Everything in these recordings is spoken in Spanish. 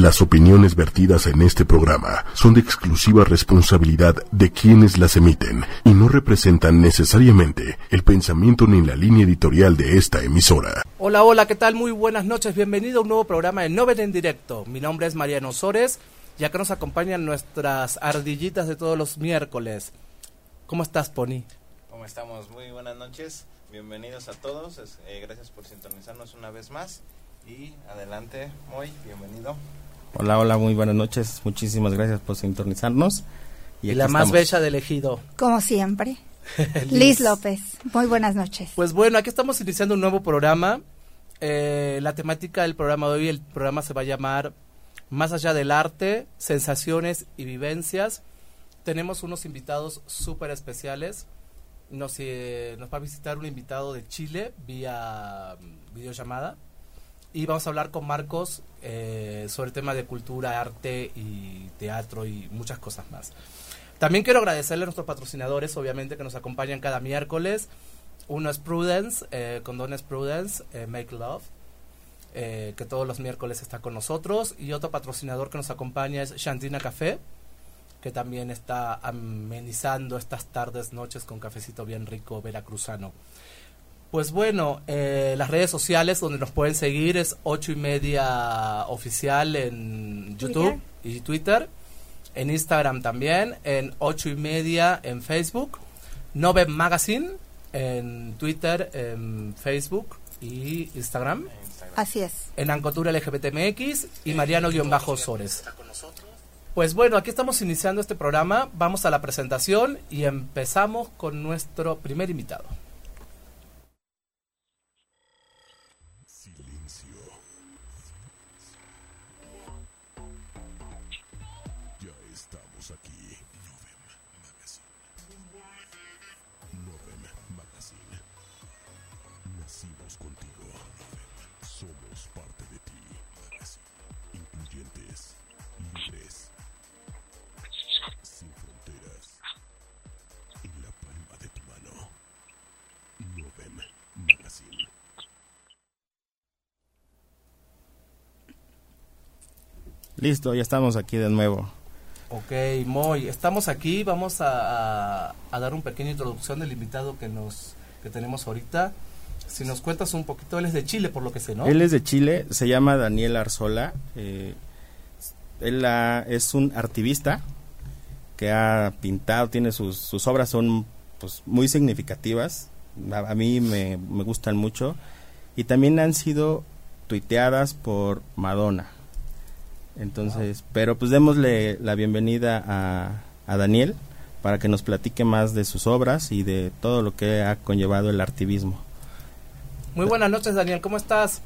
Las opiniones vertidas en este programa son de exclusiva responsabilidad de quienes las emiten y no representan necesariamente el pensamiento ni la línea editorial de esta emisora. Hola, hola, ¿qué tal? Muy buenas noches, bienvenido a un nuevo programa de Noven en Directo. Mi nombre es Mariano Sores y acá nos acompañan nuestras ardillitas de todos los miércoles. ¿Cómo estás, Pony? ¿Cómo estamos? Muy buenas noches, bienvenidos a todos, gracias por sintonizarnos una vez más y adelante, Moy, bienvenido. Hola, hola, muy buenas noches, muchísimas gracias por sintonizarnos. Y la más bella del ejido. Como siempre, Liz López, muy buenas noches. Pues bueno, aquí estamos iniciando un nuevo programa, la temática del programa de hoy, el programa se va a llamar Más allá del arte, sensaciones y vivencias. Tenemos unos invitados súper especiales, nos va a visitar un invitado de Chile vía videollamada. Y vamos a hablar con Marcos sobre el tema de cultura, arte y teatro y muchas cosas más. También quiero agradecerle a nuestros patrocinadores, obviamente, que nos acompañan cada miércoles. Uno es Prudence, Condones Prudence, Make Love, que todos los miércoles está con nosotros. Y otro patrocinador que nos acompaña es Shantina Café, que también está amenizando estas tardes, noches con cafecito bien rico veracruzano. Pues bueno, las redes sociales donde nos pueden seguir es 8:30 oficial en YouTube y Twitter, en Instagram también, en 8:30 en Facebook, Noven Magazine en Twitter, en Facebook y Instagram. Así es. En Ancotura LGBTMX y Mariano-Sores. Pues bueno, aquí estamos iniciando este programa, vamos a la presentación y empezamos con nuestro primer invitado. Listo, ya estamos aquí de nuevo. Ok, Moy, estamos aquí, vamos a dar una pequeña introducción del invitado que tenemos ahorita. Si nos cuentas un poquito, él es de Chile, por lo que sé, ¿no? Él es de Chile, se llama Daniel Arzola, él es un artivista que ha pintado, tiene sus obras son pues muy significativas, a mí me gustan mucho, y también han sido tuiteadas por Madonna. Entonces, pero pues démosle la bienvenida a Daniel para que nos platique más de sus obras y de todo lo que ha conllevado el artivismo. Muy buenas noches, Daniel, ¿cómo estás?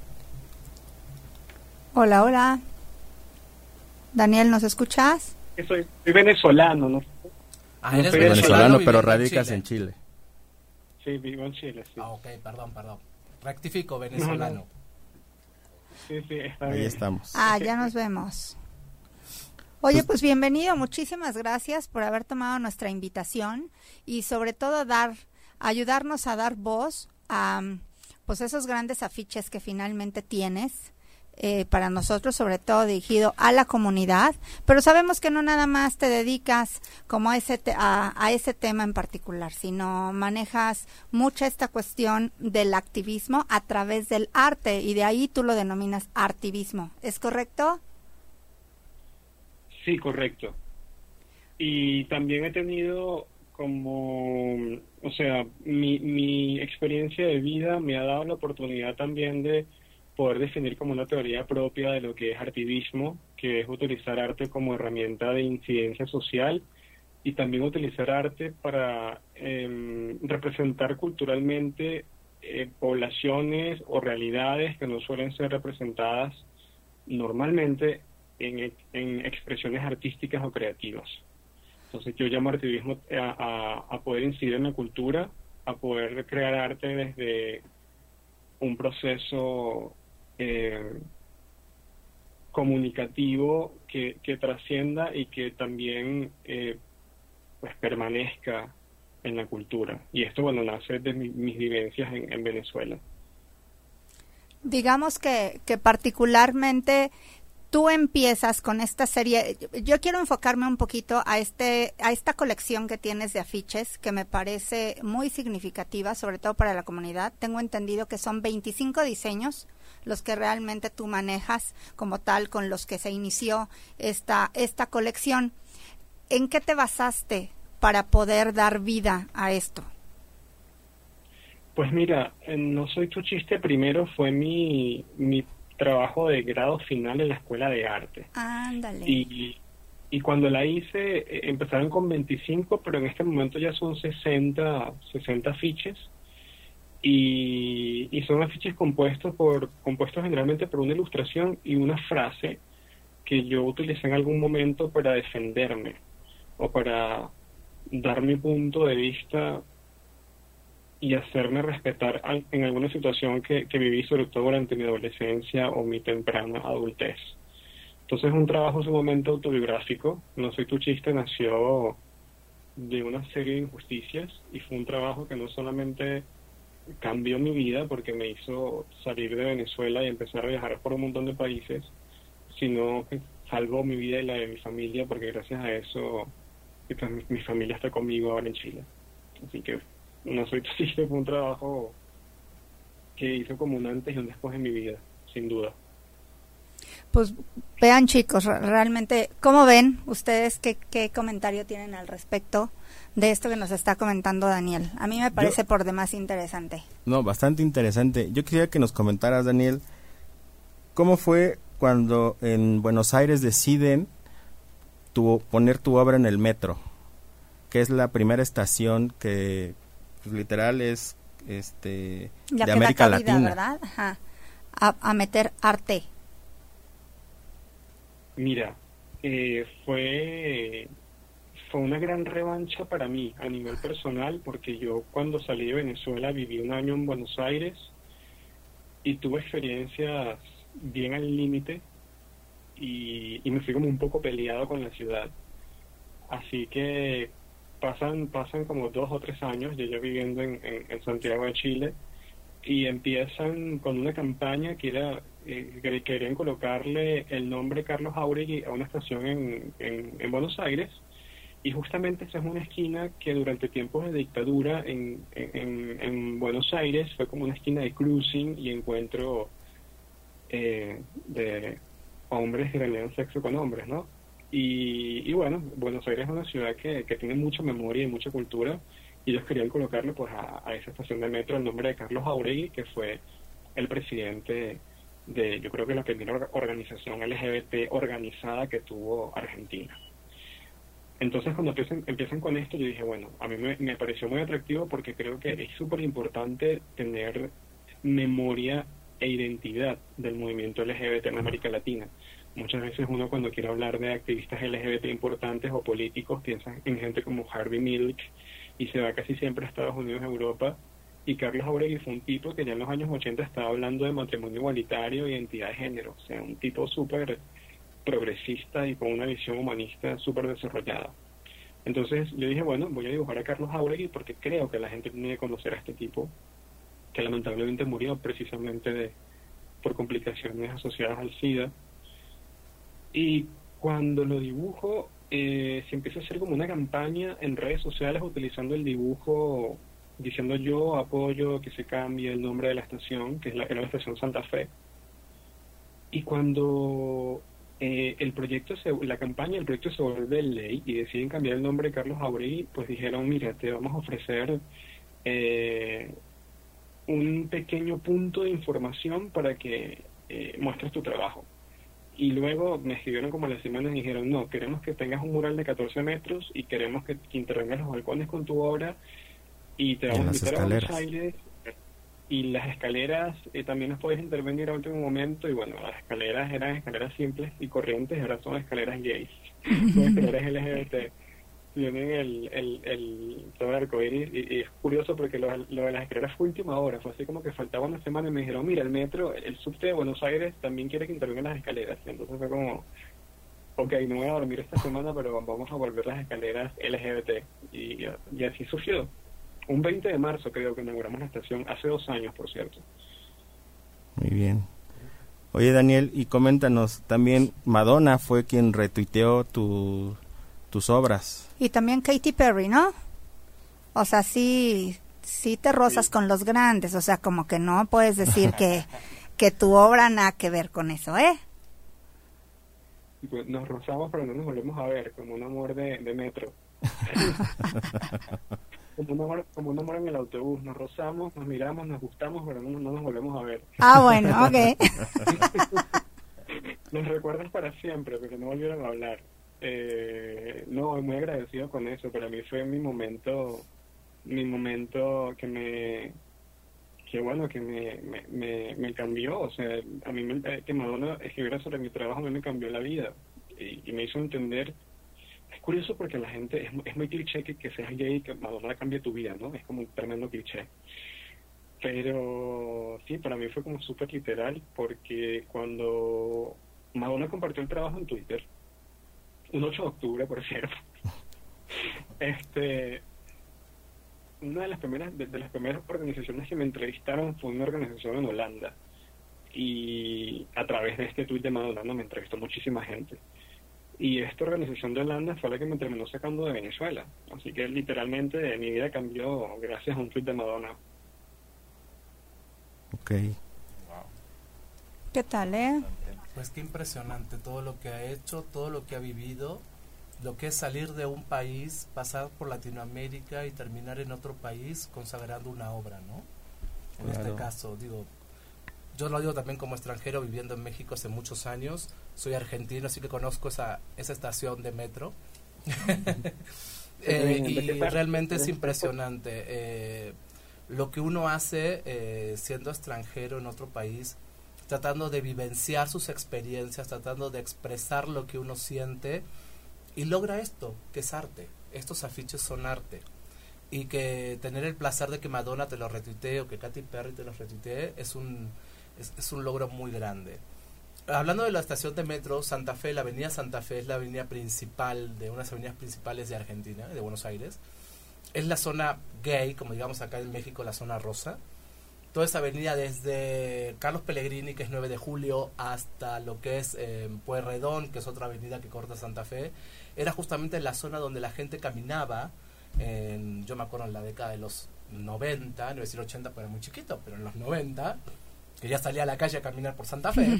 Hola, hola. Daniel, ¿nos escuchas? Soy venezolano, ¿no? Ah, eres venezolano, pero radicas en Chile. Sí, vivo en Chile, sí. Ah, ok, perdón. Rectifico, venezolano. No. Sí, está Ahí bien. estamos. Ah, ya nos vemos. Oye, pues bienvenido, muchísimas gracias por haber tomado nuestra invitación y sobre todo ayudarnos a dar voz a pues esos grandes afiches que finalmente tienes para nosotros, sobre todo dirigido a la comunidad, pero sabemos que no nada más te dedicas como a ese tema en particular, sino manejas mucha esta cuestión del activismo a través del arte y de ahí tú lo denominas artivismo, ¿es correcto? Sí, correcto. Y también he tenido mi experiencia de vida me ha dado la oportunidad también de poder definir como una teoría propia de lo que es artivismo, que es utilizar arte como herramienta de incidencia social y también utilizar arte para representar culturalmente poblaciones o realidades que no suelen ser representadas normalmente en expresiones artísticas o creativas. Entonces yo llamo artivismo a poder incidir en la cultura, a poder crear arte desde un proceso comunicativo que trascienda y que también pues permanezca en la cultura. Y esto, bueno, nace de mis vivencias en Venezuela. Digamos que particularmente tú empiezas con esta serie. Yo quiero enfocarme un poquito a esta colección que tienes de afiches, que me parece muy significativa, sobre todo para la comunidad. Tengo entendido que son 25 diseños los que realmente tú manejas como tal, con los que se inició esta colección. ¿En qué te basaste para poder dar vida a esto? Pues mira, No Soy Tu Chiste primero fue mi trabajo de grado final en la escuela de arte. Ándale. Y cuando la hice, empezaron con 25, pero en este momento ya son 60 afiches. Y son afiches compuestos generalmente por una ilustración y una frase que yo utilicé en algún momento para defenderme o para dar mi punto de vista y hacerme respetar en alguna situación que viví, sobre todo durante mi adolescencia o mi temprana adultez. Entonces es un trabajo sumamente autobiográfico. No Soy Tu Chiste nació de una serie de injusticias y fue un trabajo que no solamente cambió mi vida porque me hizo salir de Venezuela y empezar a viajar por un montón de países, sino que salvó mi vida y la de mi familia, porque gracias a eso pues, mi familia está conmigo ahora en Chile. Así que No Soy Tu Chiste fue un trabajo que hizo como un antes y un después en mi vida, sin duda. Pues vean, chicos, realmente, ¿cómo ven ustedes? ¿Qué comentario tienen al respecto de esto que nos está comentando Daniel? A mí me parece por demás interesante. No, bastante interesante. Yo quería que nos comentaras, Daniel, ¿cómo fue cuando en Buenos Aires deciden poner tu obra en el metro? Que es la primera estación que pues, literal es de América Latina, ¿verdad? Ajá. A meter arte. Mira, fue una gran revancha para mí a nivel personal, porque yo cuando salí de Venezuela viví un año en Buenos Aires y tuve experiencias bien al límite y me fui como un poco peleado con la ciudad. Así que pasan como 2 o 3 años yo ya viviendo en Santiago de Chile, y empiezan con una campaña que era querían colocarle el nombre Carlos Jauregui a una estación en Buenos Aires, y justamente esa es una esquina que durante tiempos de dictadura en Buenos Aires fue como una esquina de cruising y encuentro de hombres que tenían sexo con hombres, ¿no? Y bueno, Buenos Aires es una ciudad que tiene mucha memoria y mucha cultura, y ellos querían colocarle pues a esa estación de metro el nombre de Carlos Jauregui, que fue el presidente de, yo creo que la primera organización LGBT organizada que tuvo Argentina. Entonces cuando empiezan con esto, yo dije, bueno, a mí me pareció muy atractivo, porque creo que es súper importante tener memoria e identidad del movimiento LGBT en América Latina. Muchas veces uno, cuando quiere hablar de activistas LGBT importantes o políticos, piensa en gente como Harvey Milk y se va casi siempre a Estados Unidos, Europa. Y Carlos Jauregui fue un tipo que ya en los años 80 estaba hablando de matrimonio igualitario y identidad de género. O sea, un tipo súper progresista y con una visión humanista súper desarrollada. Entonces yo dije, bueno, voy a dibujar a Carlos Jauregui porque creo que la gente tiene que conocer a este tipo, que lamentablemente murió precisamente por complicaciones asociadas al SIDA. Y cuando lo dibujo, se empieza a hacer como una campaña en redes sociales utilizando el dibujo, diciendo yo apoyo que se cambie el nombre de la estación, que era la estación Santa Fe. Y cuando el proyecto se vuelve ley y deciden cambiar el nombre de Carlos Jauregui, pues dijeron, mira, te vamos a ofrecer un pequeño punto de información para que muestres tu trabajo. Y luego me escribieron como a la semana y dijeron, no, queremos que tengas un mural de 14 metros y queremos que intervengas los balcones con tu obra, y te vamos a invitar a Buenos Aires, y las escaleras también nos puedes intervenir a último momento. Y bueno, las escaleras eran escaleras simples y corrientes, ahora son escaleras gays, son escaleras LGBT, tienen todo el arcoíris, y es curioso porque lo de las escaleras fue última hora, fue así como que faltaba una semana y me dijeron, mira, el metro, el subte de Buenos Aires también quiere que intervengan las escaleras. Y entonces fue como, ok, no voy a dormir esta semana, pero vamos a volver las escaleras LGBT, y así surgió. Un 20 de marzo creo que inauguramos la estación, hace 2 años, por cierto. Muy bien. Oye, Daniel, y coméntanos, también Madonna fue quien retuiteó tus obras. Y también Katy Perry, ¿no? O sea, sí te rozas con los grandes, o sea, como que no puedes decir que tu obra nada que ver con eso, ¿eh? Pues nos rozamos, pero no nos volvemos a ver, como un amor de metro. Como un amor en el autobús, nos rozamos, nos miramos, nos gustamos, pero no nos volvemos a ver. Ah, bueno, ok. Nos recuerdas para siempre, pero no volvieron a hablar. No, muy agradecido con eso. Para mí fue mi momento que me cambió. O sea, a mí que Madonna escribiera sobre mi trabajo a mí me cambió la vida y me hizo entender. Es curioso porque la gente, es muy cliché que seas gay y que Madonna cambie tu vida, ¿no? Es como un tremendo cliché. Pero sí, para mí fue como súper literal, porque cuando Madonna compartió el trabajo en Twitter, un 8 de octubre, por cierto, una de las primeras organizaciones que me entrevistaron fue una organización en Holanda. Y a través de este tuit de Madonna, ¿no? Me entrevistó muchísima gente. Y esta organización de Holanda fue la que me terminó sacando de Venezuela. Así que literalmente mi vida cambió gracias a un tweet de Madonna. Ok. Wow. ¿Qué tal, eh? Pues qué impresionante todo lo que ha hecho, todo lo que ha vivido, lo que es salir de un país, pasar por Latinoamérica y terminar en otro país consagrando una obra, ¿no? En Claro. este caso, digo, yo lo digo también como extranjero viviendo en México hace muchos años, soy argentino, así que conozco esa estación de metro. Y realmente es impresionante lo que uno hace siendo extranjero en otro país, tratando de vivenciar sus experiencias, tratando de expresar lo que uno siente, y logra esto, que es arte. Estos afiches son arte. Y que tener el placer de que Madonna te lo retuitee o que Katy Perry te lo retuitee es un logro muy grande. Hablando de la estación de metro, Santa Fe, la avenida Santa Fe es la avenida principal, de unas avenidas principales de Argentina, de Buenos Aires. Es la zona gay, como digamos acá en México, la zona rosa. Toda esa avenida desde Carlos Pellegrini, que es 9 de julio, hasta lo que es Pueyrredón, que es otra avenida que corta Santa Fe, era justamente la zona donde la gente caminaba, yo me acuerdo en la década de los 90, no voy a decir 80 porque era muy chiquito, pero en los 90, que ya salía a la calle a caminar por Santa Fe,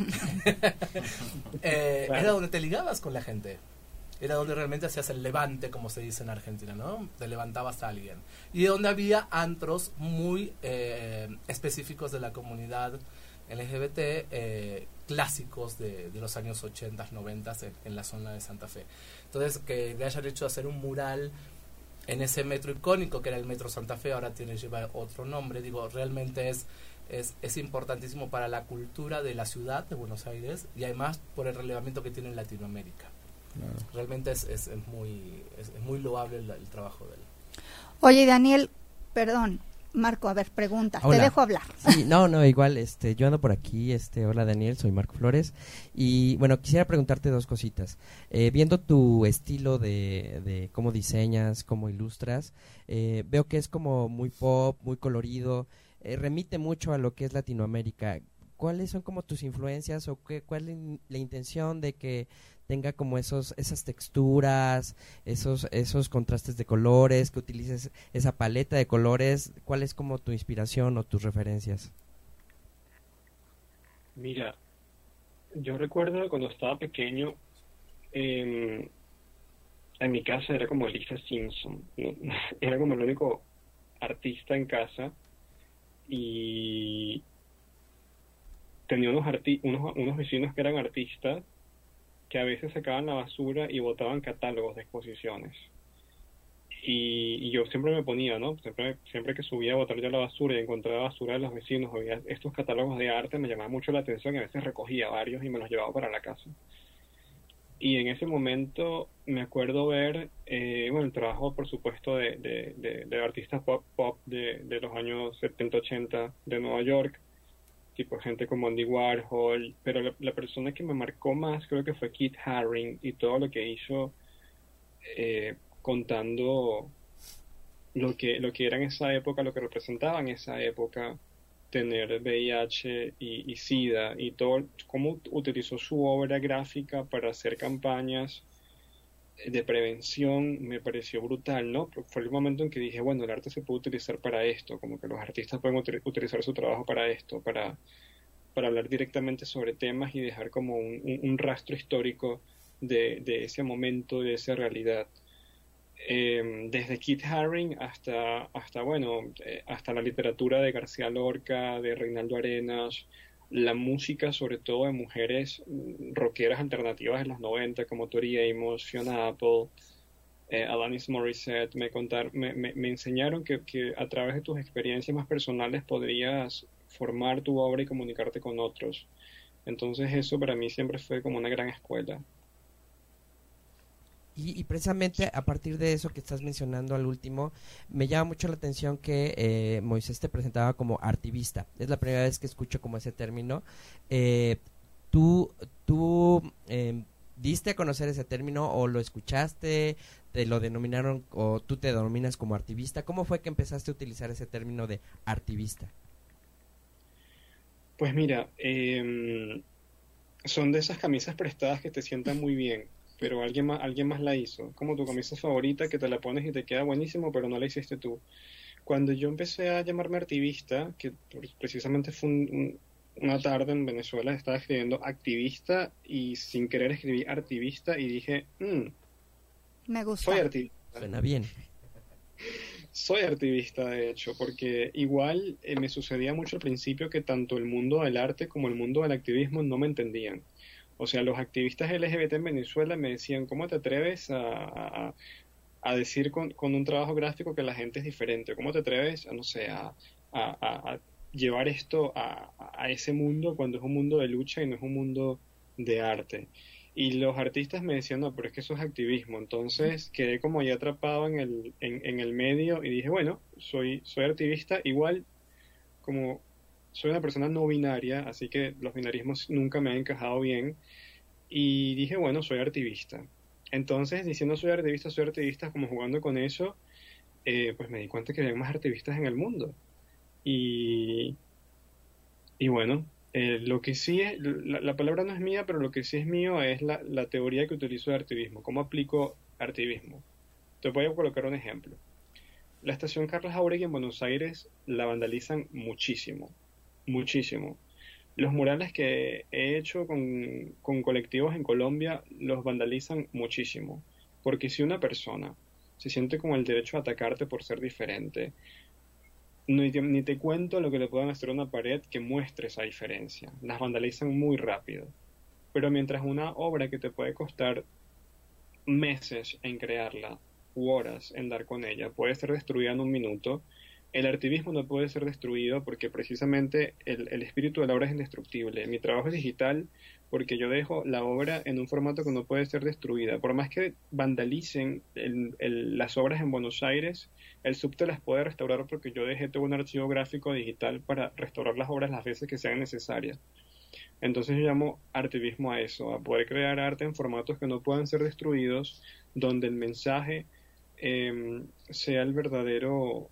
era donde te ligabas con la gente. Era donde realmente hacías el levante, como se dice en Argentina, ¿no? Te levantabas a alguien. Y donde había antros muy específicos de la comunidad LGBT, clásicos de los años 80, 90 en la zona de Santa Fe. Entonces, que le hayan hecho hacer un mural en ese metro icónico, que era el Metro Santa Fe, ahora lleva otro nombre, digo, realmente es importantísimo para la cultura de la ciudad de Buenos Aires y además por el relevamiento que tiene en Latinoamérica. Claro. Realmente es muy loable el trabajo de él. Oye, Daniel, perdón, Marco, a ver, pregunta, Hola. te dejo hablar. Sí, no, igual, yo ando por aquí, hola Daniel, soy Marco Flores, y bueno, quisiera preguntarte dos cositas. Viendo tu estilo de cómo diseñas, cómo ilustras, veo que es como muy pop, muy colorido, remite mucho a lo que es Latinoamérica. ¿Cuáles son como tus influencias o cuál es la intención de que tenga como esas texturas, esos contrastes de colores, que utilices esa paleta de colores? ¿Cuál es como tu inspiración o tus referencias? Mira, yo recuerdo cuando estaba pequeño, en mi casa era como Lisa Simpson, ¿no? Era como el único artista en casa y tenía unos vecinos que eran artistas que a veces sacaban la basura y botaban catálogos de exposiciones. Y yo siempre me ponía, ¿no? Siempre que subía a botar yo la basura y encontraba basura de los vecinos, había estos catálogos de arte, me llamaba mucho la atención y a veces recogía varios y me los llevaba para la casa. Y en ese momento me acuerdo ver, el trabajo, por supuesto, de artistas pop de los años 70, 80 de Nueva York, tipo gente como Andy Warhol, pero la persona que me marcó más creo que fue Keith Haring y todo lo que hizo contando lo que era en esa época, lo que representaba en esa época, tener VIH y SIDA, y todo, cómo utilizó su obra gráfica para hacer campañas de prevención, me pareció brutal, ¿no? Porque fue el momento en que dije, bueno, el arte se puede utilizar para esto, como que los artistas pueden utilizar su trabajo para esto, para hablar directamente sobre temas y dejar como un rastro histórico de ese momento, de esa realidad. Desde Keith Haring hasta la literatura de García Lorca, de Reinaldo Arenas, la música sobre todo de mujeres rockeras alternativas de los 90 como Tori Amos, Fiona Apple, Alanis Morissette, me enseñaron que a través de tus experiencias más personales podrías formar tu obra y comunicarte con otros. Entonces eso para mí siempre fue como una gran escuela. Y precisamente a partir de eso que estás mencionando al último, me llama mucho la atención que Moisés te presentaba como artivista. Es la primera vez que escucho como ese término. ¿Tú diste a conocer ese término o lo escuchaste, te lo denominaron o tú te denominas como artivista? ¿Cómo fue que empezaste a utilizar ese término de artivista? Pues mira, son de esas camisas prestadas que te sientan muy bien, pero alguien más la hizo. Como tu camisa favorita que te la pones y te queda buenísimo, pero no la hiciste tú. Cuando yo empecé a llamarme artivista, que precisamente fue una tarde en Venezuela, estaba escribiendo activista y sin querer escribí artivista y dije, me gusta. Soy artivista. Suena bien. Soy artivista, de hecho, porque igual me sucedía mucho al principio que tanto el mundo del arte como el mundo del activismo no me entendían. O sea, los activistas LGBT en Venezuela me decían, ¿cómo te atreves a decir con un trabajo gráfico que la gente es diferente? ¿Cómo te atreves, no sé, a llevar esto a ese mundo cuando es un mundo de lucha y no es un mundo de arte? Y los artistas me decían, no, pero es que eso es activismo. Entonces quedé como ya atrapado en el medio y dije, bueno, soy activista, igual como soy una persona no binaria, así que los binarismos nunca me han encajado bien, y dije, bueno, soy activista. Entonces, diciendo soy activista, como jugando con eso, pues me di cuenta que había más activistas en el mundo. Y bueno, lo que sí es, la palabra no es mía, pero lo que sí es mío es la teoría que utilizo de activismo. ¿Cómo aplico activismo? Te voy a colocar un ejemplo. La estación Carlos Jauregui en Buenos Aires la vandalizan muchísimo. Los murales que he hecho con colectivos en Colombia los vandalizan muchísimo. Porque si una persona se siente con el derecho a atacarte por ser diferente, ni te cuento lo que le puedan hacer a una pared que muestre esa diferencia. Las vandalizan muy rápido. Pero mientras una obra que te puede costar meses en crearla, u horas en dar con ella, puede ser destruida en un minuto, el activismo no puede ser destruido porque precisamente el espíritu de la obra es indestructible. Mi trabajo es digital porque yo dejo la obra en un formato que no puede ser destruida. Por más que vandalicen las obras en Buenos Aires, el subte las puede restaurar porque yo dejé todo un archivo gráfico digital para restaurar las obras las veces que sean necesarias. Entonces yo llamo activismo a eso, a poder crear arte en formatos que no puedan ser destruidos, donde el mensaje sea el verdadero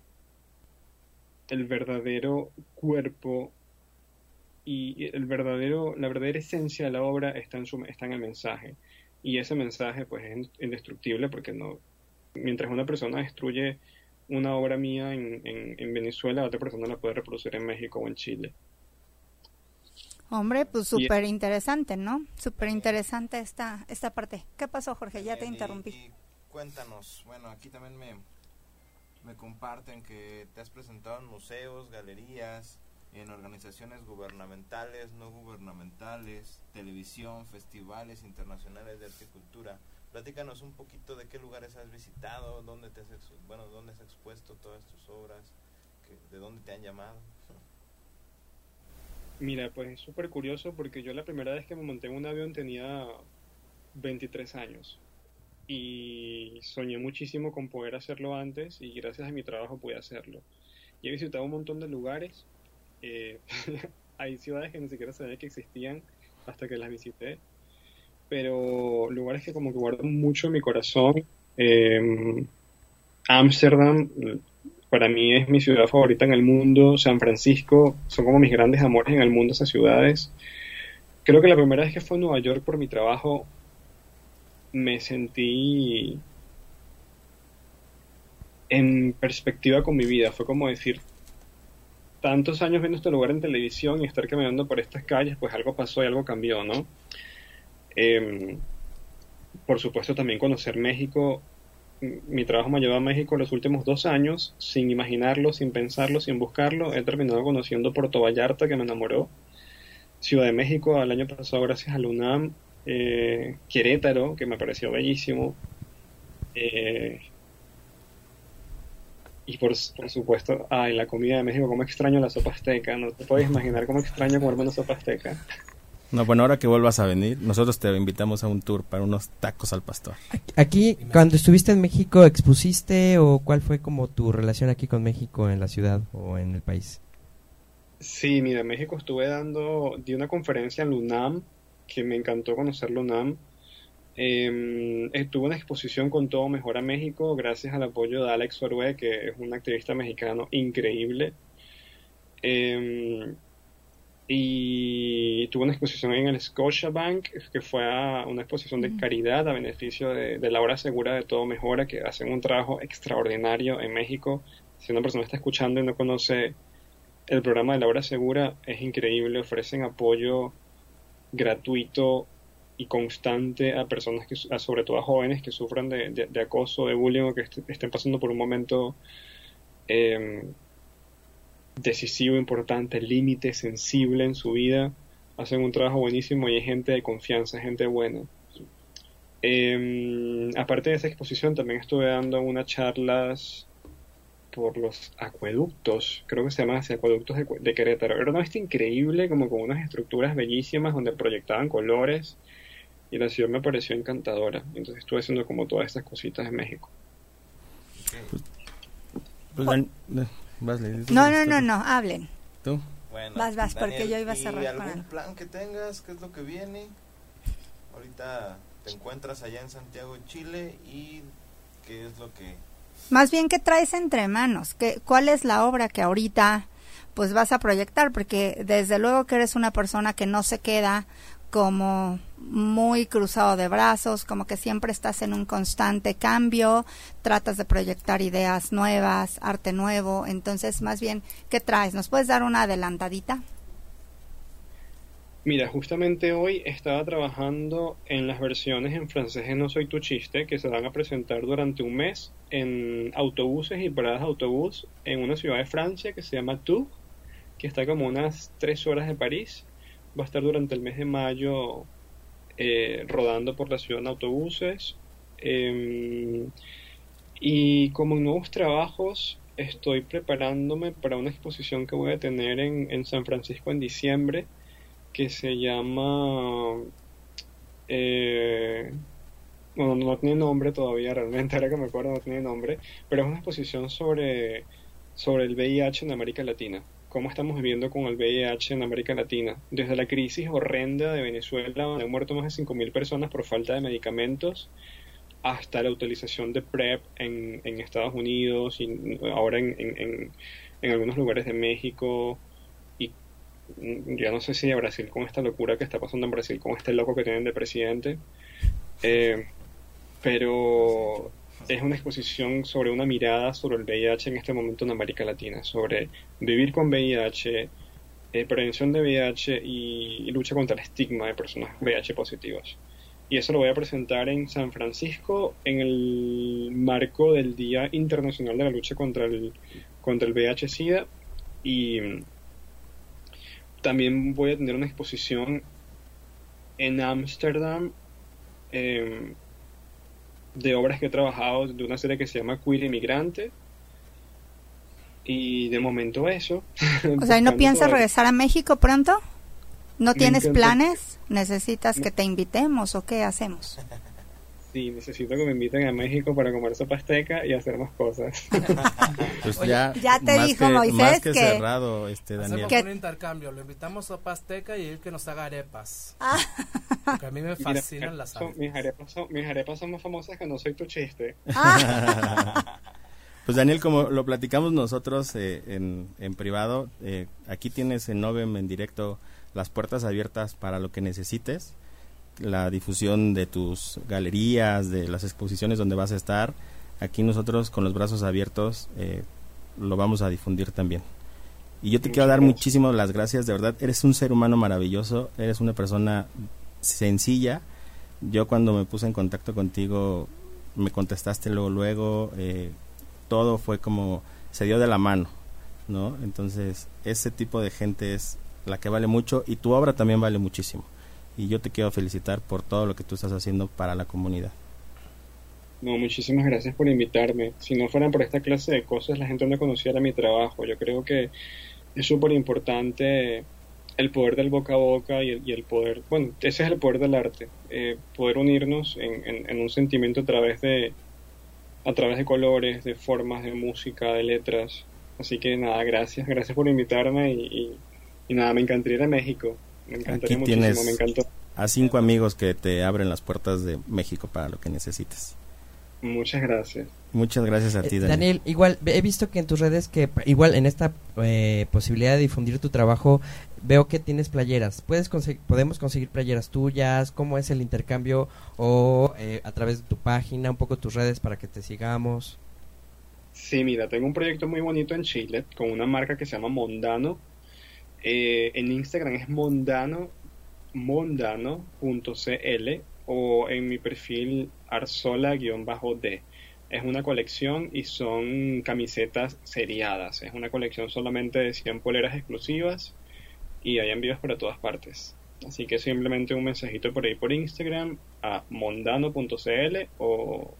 cuerpo y la verdadera esencia de la obra está en el mensaje, y ese mensaje pues es indestructible porque mientras una persona destruye una obra mía en Venezuela, otra persona la puede reproducir en México o en Chile. Hombre, pues súper interesante, ¿no? Súper interesante esta parte. ¿Qué pasó, Jorge? Ya te interrumpí. Y cuéntanos, bueno, aquí también me comparten que te has presentado en museos, galerías, en organizaciones gubernamentales, no gubernamentales, televisión, festivales internacionales de arte y cultura. Platícanos un poquito de qué lugares has visitado, dónde has expuesto todas tus obras, de dónde te han llamado. Mira, pues es súper curioso porque yo la primera vez que me monté en un avión tenía 23 años. Y soñé muchísimo con poder hacerlo antes y gracias a mi trabajo pude hacerlo. Y he visitado un montón de lugares. Hay ciudades que ni siquiera sabía que existían hasta que las visité. Pero lugares que como que guardan mucho en mi corazón. Ámsterdam, para mí es mi ciudad favorita en el mundo. San Francisco son como mis grandes amores en el mundo, esas ciudades. Creo que la primera vez que fui a Nueva York por mi trabajo me sentí en perspectiva con mi vida. Fue como decir, tantos años viendo este lugar en televisión y estar caminando por estas calles, pues algo pasó y algo cambió, ¿no? Por supuesto también conocer México. Mi trabajo me ha llevado a México los últimos 2 años, sin imaginarlo, sin pensarlo, sin buscarlo. He terminado conociendo Puerto Vallarta, que me enamoró. Ciudad de México el año pasado gracias a la UNAM. Querétaro, que me pareció bellísimo. Y por supuesto, la comida de México, cómo extraño la sopa azteca. No te puedes imaginar cómo extraño comerme una sopa azteca. No, bueno, ahora que vuelvas a venir, nosotros te invitamos a un tour para unos tacos al pastor. Aquí, cuando estuviste en México, ¿expusiste o cuál fue como tu relación aquí con México en la ciudad o en el país? Sí, mira, en México di una conferencia en la UNAM, que me encantó conocer la UNAM. Tuve una exposición con Todo Mejora México, gracias al apoyo de Alex Orue, que es un activista mexicano increíble. Y tuve una exposición en el Scotiabank, que fue una exposición de caridad a beneficio de la Hora Segura de Todo Mejora, que hacen un trabajo extraordinario en México. Si una persona está escuchando y no conoce el programa de la Hora Segura, es increíble. Ofrecen apoyo gratuito y constante a personas, sobre todo a jóvenes que sufran de acoso, de bullying, o que estén pasando por un momento decisivo, importante, límite, sensible en su vida. Hacen un trabajo buenísimo y hay gente de confianza, gente buena. Aparte de esa exposición, también estuve dando unas charlas por los acueductos, creo que se llaman así, acueductos de Querétaro. Era una vista increíble, como con unas estructuras bellísimas donde proyectaban colores, y la ciudad me pareció encantadora. Entonces estuve haciendo como todas estas cositas en México. No, hablen. ¿Tú? Bueno, vas, Daniel, porque yo iba a cerrar ¿y con algún algo? plan que tengas? ¿Qué es lo que viene? Ahorita te encuentras allá en Santiago de Chile, y ¿qué es lo que...? Más bien, ¿qué traes entre manos? ¿Cuál es la obra que ahorita pues vas a proyectar? Porque desde luego que eres una persona que no se queda como muy cruzado de brazos, como que siempre estás en un constante cambio, tratas de proyectar ideas nuevas, arte nuevo. Entonces, más bien, ¿qué traes? ¿Nos puedes dar una adelantadita? Mira, justamente hoy estaba trabajando en las versiones en francés de No Soy Tu Chiste, que se van a presentar durante un mes en autobuses y paradas de autobús en una ciudad de Francia que se llama Tours, que está como unas 3 horas de París. Va a estar durante el mes de mayo rodando por la ciudad en autobuses. Y como en nuevos trabajos, estoy preparándome para una exposición que voy a tener en San Francisco en diciembre, que se llama... bueno, no tiene nombre todavía realmente, ahora que me acuerdo no tiene nombre, pero es una exposición sobre el VIH en América Latina. Cómo estamos viviendo con el VIH en América Latina. Desde la crisis horrenda de Venezuela, donde han muerto más de 5.000 personas por falta de medicamentos, hasta la utilización de PrEP en Estados Unidos y ahora en algunos lugares de México. Y ya no sé si a Brasil, con esta locura que está pasando en Brasil, con este loco que tienen de presidente. Pero es una exposición sobre una mirada sobre el VIH en este momento en América Latina, sobre vivir con VIH, prevención de VIH y lucha contra el estigma de personas VIH positivas. Y eso lo voy a presentar en San Francisco en el marco del Día Internacional de la Lucha contra el VIH-Sida. Y también voy a tener una exposición en Ámsterdam de obras que he trabajado, de una serie que se llama Queer Inmigrante. Y de momento eso. O sea, ¿y no piensas regresar a México pronto? ¿No tienes encanta. planes? ¿Necesitas que te invitemos o qué hacemos? Sí, necesito que me inviten a México para comer sopa azteca y hacer más cosas. Pues Oye, ya te más dijo que, Moisés más que que- cerrado, Daniel. Hacemos ¿Qué? un intercambio, lo invitamos a sopa azteca y él que nos haga arepas. Ah. Porque a mí me Mira, fascinan las arepas. mis arepas son más famosas que No Soy Tu Chiste. Ah, Pues Pues Daniel, como lo platicamos nosotros en privado, aquí tienes en Novem en directo las puertas abiertas para lo que necesites, la difusión de tus galerías, de las exposiciones donde vas a estar. Aquí nosotros con los brazos abiertos lo vamos a difundir también. Y yo te quiero dar muchísimas las gracias, de verdad, eres un ser humano maravilloso, eres una persona sencilla. Yo cuando me puse en contacto contigo, me contestaste luego, todo fue como, se dio de la mano, ¿no? Entonces, ese tipo de gente es la que vale mucho y tu obra también vale muchísimo. Y yo te quiero felicitar por todo lo que tú estás haciendo para la comunidad. No, muchísimas gracias por invitarme. Si no fueran por esta clase de cosas, la gente no conociera mi trabajo. Yo creo que es súper importante el poder del boca a boca y el poder, bueno, ese es el poder del arte, poder unirnos en un sentimiento a través de colores, de formas, de música, de letras. Así que nada, gracias por invitarme y nada, me encantaría ir a México. Me encantaría Aquí muchísimo, tienes me encantó. a 5 amigos que te abren las puertas de México para lo que necesites. Muchas gracias. Muchas gracias a ti, Daniel, igual he visto que en tus redes que igual en esta posibilidad de difundir tu trabajo veo que tienes playeras. ¿Podemos conseguir playeras tuyas? ¿Cómo es el intercambio? O a través de tu página, un poco tus redes para que te sigamos. Sí, mira, tengo un proyecto muy bonito en Chile con una marca que se llama Mondano. En Instagram es mondano.cl o en mi perfil arzola_d. Es una colección y son camisetas seriadas. Es una colección solamente de 100 poleras exclusivas y hay envíos para todas partes. Así que simplemente un mensajito por ahí por Instagram a mondano.cl o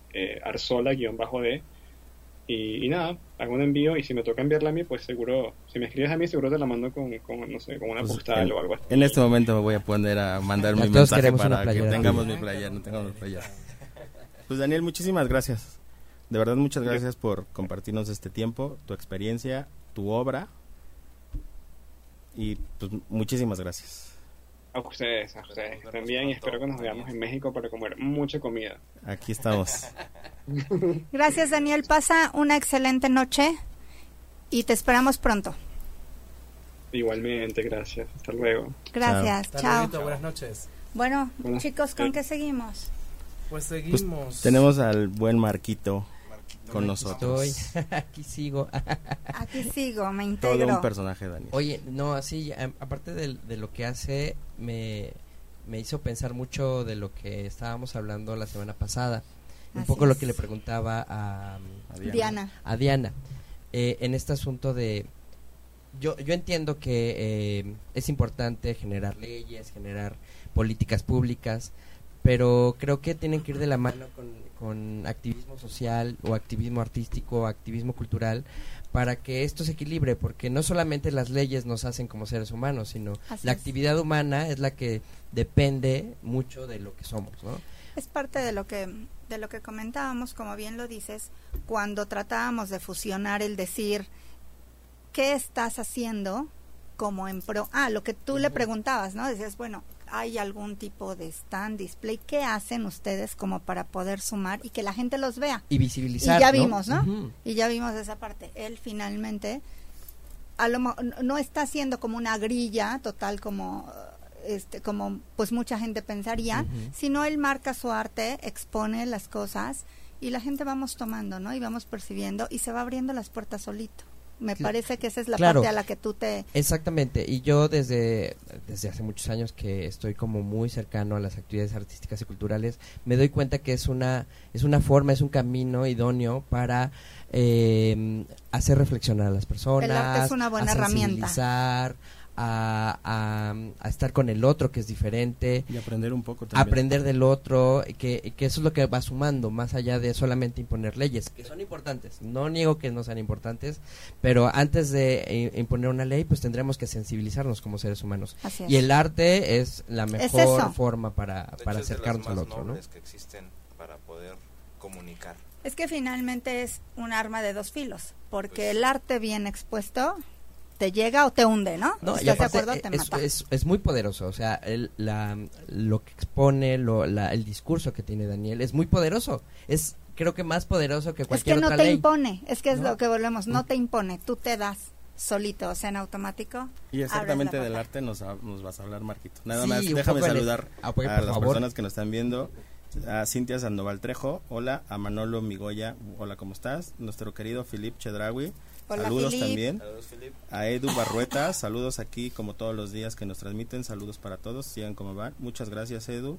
arzola_d y nada, hago un envío y si me toca enviarla a mí, pues seguro, si me escribes a mí, seguro te la mando con no sé, con una postal o algo así. En este momento me voy a poner a mandar mi mensaje para que tengamos mi playera, no tengamos mi playera. Pues Daniel, muchísimas gracias. De verdad, muchas gracias por compartirnos este tiempo, tu experiencia, tu obra. Y pues muchísimas gracias. A ustedes también, y espero que nos veamos en México para comer mucha comida. Aquí estamos. Gracias, Daniel. Pasa una excelente noche y te esperamos pronto. Igualmente, gracias. Hasta luego. Gracias, chao. Buenas noches. Bueno, chicos, ¿con qué seguimos? Pues seguimos. Pues, tenemos al buen Marquito con nosotros. Aquí sigo. Aquí sigo, me integro. Todo un personaje, Daniel. Oye, no, así, aparte de lo que hace, me hizo pensar mucho de lo que estábamos hablando la semana pasada. Un poco lo que le preguntaba a Diana. En este asunto de... Yo entiendo que es importante generar leyes, generar políticas públicas, pero creo que tienen que ir de la mano con activismo social o activismo artístico o activismo cultural para que esto se equilibre, porque no solamente las leyes nos hacen como seres humanos, sino la actividad humana es la que depende mucho de lo que somos, ¿no? Es parte de lo que comentábamos, como bien lo dices, cuando tratábamos de fusionar el decir ¿qué estás haciendo? Como en pro, lo que tú le preguntabas, ¿no? Decías, bueno, ¿hay algún tipo de stand, display? ¿Qué hacen ustedes como para poder sumar y que la gente los vea? Y visibilizar, y ya vimos, ¿no? Y ya vimos esa parte. Él finalmente no está haciendo como una grilla total como pues mucha gente pensaría, sino él marca su arte, expone las cosas y la gente vamos tomando, ¿no? Y vamos percibiendo y se va abriendo las puertas solito. Me parece que esa es la parte a la que tú te... Exactamente, y yo desde hace muchos años que estoy como muy cercano a las actividades artísticas y culturales, me doy cuenta que es una forma, es un camino idóneo para hacer reflexionar a las personas. El arte es una buena herramienta. A estar con el otro que es diferente y aprender un poco también. Aprender del otro, que eso es lo que va sumando más allá de solamente imponer leyes, que son importantes, no niego que no sean importantes, pero antes de imponer una ley pues tendremos que sensibilizarnos como seres humanos. Y el arte es la mejor forma para acercarnos al otro, ¿no? Que existen para poder comunicar. Es que finalmente es un arma de dos filos, porque el arte bien expuesto te llega o te hunde, ¿no? No, y ¿Estás de aparte acuerdo? Te mata. es muy poderoso, o sea, lo que expone, el discurso que tiene Daniel es muy poderoso, es creo que más poderoso que cualquier otra ley. Es que no te impone, es que es ¿No? lo que volvemos, no te impone, tú te das solito, o sea, en automático. Y exactamente abres la del puerta. arte nos vas a hablar, Marquito. Nada Sí, más, un déjame poco saludar apoyo, a por las favor. personas que nos están viendo. A Cintia Sandoval Trejo, hola. A Manolo Migoya, hola, ¿cómo estás? Nuestro querido Philip Chedraui, Hola, saludos Philip. también. Saludos, Filip. A Edu Barrueta, saludos aquí como todos los días que nos transmiten, saludos para todos, sigan como van. Muchas gracias, Edu.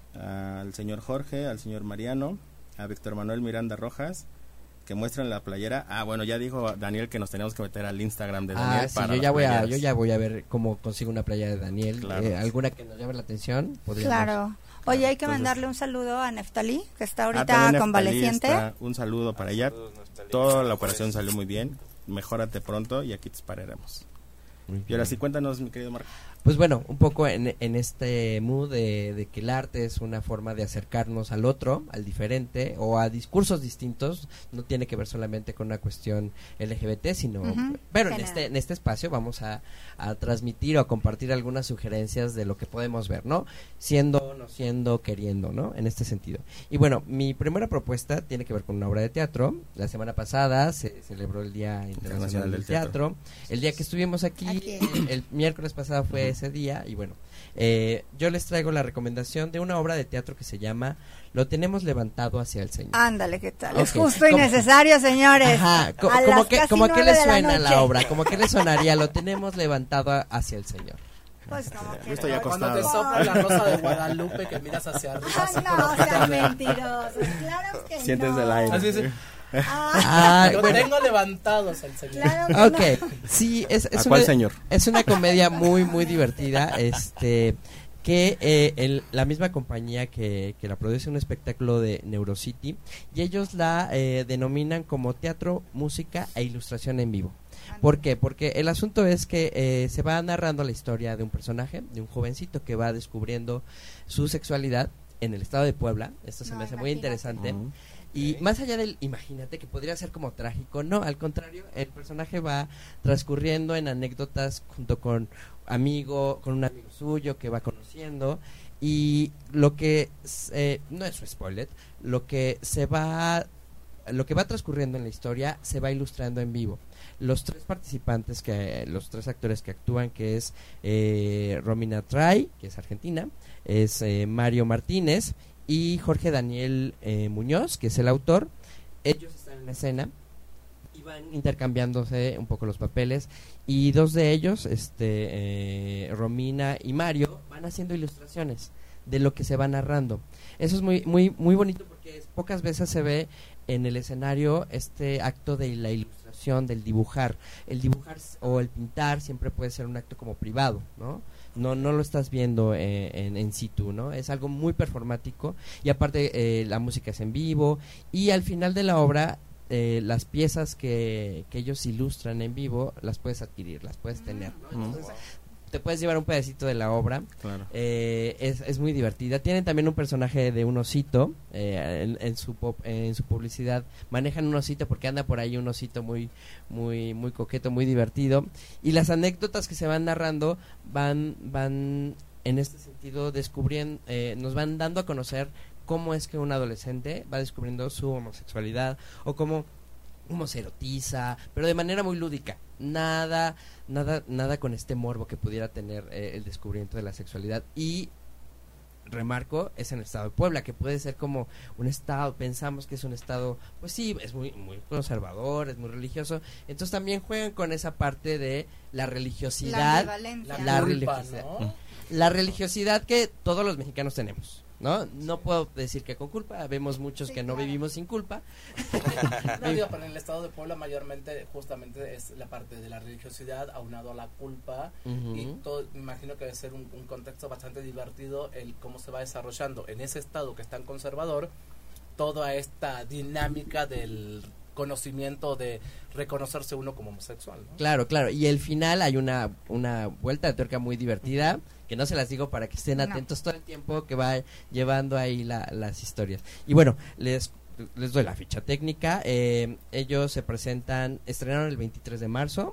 Al señor Jorge, al señor Mariano, a Víctor Manuel Miranda Rojas, que muestran la playera. Ah, bueno, ya dijo Daniel que nos tenemos que meter al Instagram de Daniel Sí, para yo ya las voy a ver cómo consigo una playa de Daniel, Claro. alguna que nos llame la atención, podríamos. Claro. Oye, hay que Entonces- mandarle un saludo a Neftalí, que está ahorita también Neftalí convaleciente. está, un saludo para ella. Saludos, Neftalí. Toda la operación salió muy bien. Mejórate pronto y aquí te esperaremos. Muy Y ahora bien. sí, cuéntanos, mi querido Marco. Pues bueno, un poco en este mood de que el arte es una forma de acercarnos al otro, al diferente o a discursos distintos, no tiene que ver solamente con una cuestión LGBT, sino, Ujú, pero general. en este espacio vamos a transmitir o a compartir algunas sugerencias de lo que podemos ver, ¿no? Siendo, no siendo, queriendo, ¿no? En este sentido. Y bueno, mi primera propuesta tiene que ver con una obra de teatro. La semana pasada se celebró el Día Internacional del Teatro. El día que estuvimos aquí. El miércoles pasado fue ese día y bueno, yo les traigo la recomendación de una obra de teatro que se llama Lo tenemos levantado hacia el Señor. Ándale, ¿qué tal? Ok. Es justo y necesario, señores. Ajá, A como las que, casi como que 9 le de suena noche. la obra, como que le sonaría, lo tenemos levantado hacia el Señor. Pues como que Justo ya Cuando te acostado. sopla la rosa de Guadalupe que miras hacia arriba. Ay, así no, como que sean te- mentirosos. Claro que Sientes no. del aire. Así es. Ah, Ah, Lo bueno, tengo levantados el Señor. claro que ok, sí, es ¿A cuál señor? Es una comedia muy, muy divertida, que la misma compañía que la produce un espectáculo de Neurocity, y ellos la denominan como teatro, música e ilustración en vivo. ¿Por qué? Porque el asunto es que se va narrando la historia de un personaje, de un jovencito que va descubriendo su sexualidad en el estado de Puebla. Esto se No, me hace muy imagínate. interesante. Ujú. Y más allá del, imagínate que podría ser como trágico, no, al contrario, el personaje va transcurriendo en anécdotas junto con un amigo suyo que va conociendo, y lo que no es un spoiler, lo que va transcurriendo en la historia se va ilustrando en vivo. Los tres participantes, los tres actores que actúan, que es Romina Tray, que es argentina, es Mario Martínez y Jorge Daniel Muñoz, que es el autor. Ellos están en la escena y van intercambiándose un poco los papeles, y dos de ellos, Romina y Mario, van haciendo ilustraciones de lo que se va narrando. Eso es muy, muy, muy bonito, porque pocas veces se ve en el escenario este acto de la ilustración, del dibujar. El dibujar o el pintar siempre puede ser un acto como privado, ¿no? No lo estás viendo en situ, ¿no? Es algo muy performático, y aparte la música es en vivo, y al final de la obra las piezas que ellos ilustran en vivo las puedes adquirir, las puedes tener, ¿no? Entonces, te puedes llevar un pedacito de la obra. Claro. Es muy divertida. Tienen también un personaje de un osito, en su publicidad manejan un osito, porque anda por ahí un osito muy muy muy coqueto, muy divertido, y las anécdotas que se van narrando van en este sentido descubriendo, nos van dando a conocer cómo es que un adolescente va descubriendo su homosexualidad, o cómo se erotiza, pero de manera muy lúdica. Nada con este morbo que pudiera tener el descubrimiento de la sexualidad. Y remarco, es en el estado de Puebla, que puede ser como un estado, pensamos que es un estado, pues sí, es muy muy conservador, es muy religioso. Entonces también juegan con esa parte de la religiosidad, ambivalencia. La culpa, religiosidad. ¿no? La religiosidad que todos los mexicanos tenemos, ¿no? No puedo decir que con culpa, vemos muchos Sí, que no claro. vivimos sin culpa. No, digo, pero en el estado de Puebla mayormente justamente es la parte de la religiosidad aunado a la culpa. Ujú. Y todo, me imagino que debe ser un contexto bastante divertido el cómo se va desarrollando en ese estado que es tan conservador toda esta dinámica del conocimiento de reconocerse uno como homosexual, ¿no? Claro, y el final hay una vuelta de tuerca muy divertida, que no se las digo para que estén No. atentos todo el tiempo que va llevando ahí las historias. Y bueno, les doy la ficha técnica. Ellos se presentan, estrenaron el 23 de marzo,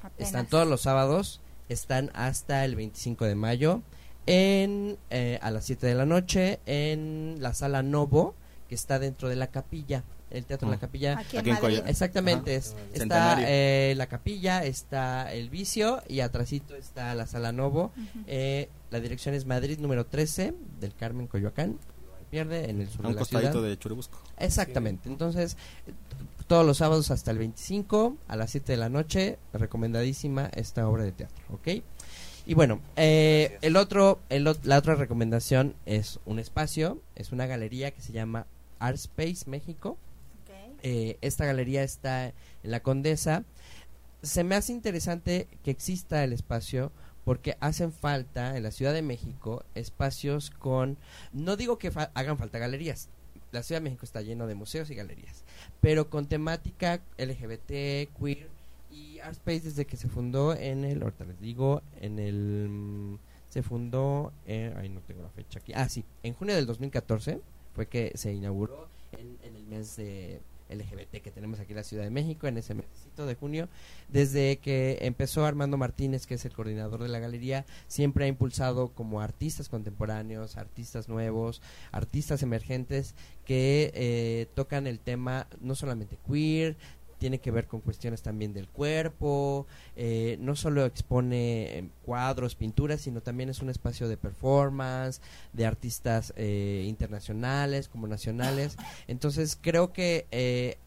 Apenas. Están todos los sábados, están hasta el 25 de mayo, a las 7 de la noche, en la Sala Novo, que está dentro de la capilla, el Teatro de la Capilla. Aquí en Aquí en Madrid. Coyoacán. Exactamente, Ajá. está Centenario. la capilla, está el Vicio y atrásito está la Sala Novo. Ujú. La dirección es Madrid número 13 del Carmen, Coyoacán. No hay pierde, en el sur A un de la ciudad. costadito de Churubusco. Exactamente, entonces todos los sábados hasta el 25 a las 7 de la noche, recomendadísima esta obra de teatro, ¿ok? Y bueno, la otra recomendación es un espacio, es una galería que se llama Art Space México. Ok. Esta galería está en la Condesa. Se me hace interesante que exista el espacio porque hacen falta en la Ciudad de México espacios no digo que hagan falta galerías, la Ciudad de México está lleno de museos y galerías, pero con temática LGBT, queer, y Art Space desde que se fundó ahorita les digo, se fundó, ahí no tengo la fecha aquí, sí, en junio del 2014 fue que se inauguró en el mes de LGBT que tenemos aquí en la Ciudad de México, en ese mesecito de junio. Desde que empezó Armando Martínez, que es el coordinador de la galería, siempre ha impulsado como artistas contemporáneos, artistas nuevos, artistas emergentes que tocan el tema no solamente queer, tiene que ver con cuestiones también del cuerpo, no solo expone cuadros, pinturas, sino también es un espacio de performance, de artistas internacionales como nacionales. Entonces creo que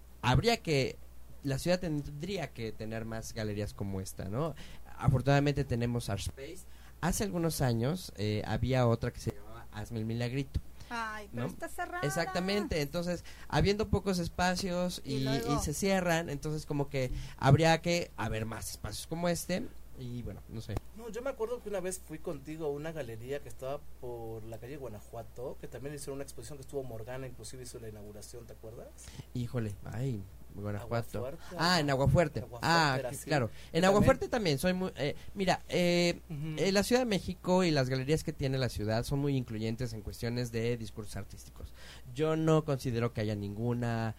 la ciudad tendría que tener más galerías como esta, ¿no? Afortunadamente tenemos Art Space. Hace algunos años había otra que se llamaba Hazme el Milagrito. Ay, pero ¿no? está cerrada. Exactamente, entonces habiendo pocos espacios Y y luego se cierran, entonces como que habría que haber más espacios como este y bueno, no sé. No, yo me acuerdo que una vez fui contigo a una galería que estaba por la calle Guanajuato, que también hicieron una exposición que estuvo Morgana, inclusive hizo la inauguración, ¿te acuerdas? Híjole, Guanajuato. Aguafuerte. En Aguafuerte. Aguafuerte era así. Claro. En También. Aguafuerte también soy muy... mira, Ujú. la Ciudad de México y las galerías que tiene la ciudad son muy incluyentes en cuestiones de discursos artísticos. Yo no considero que haya ninguna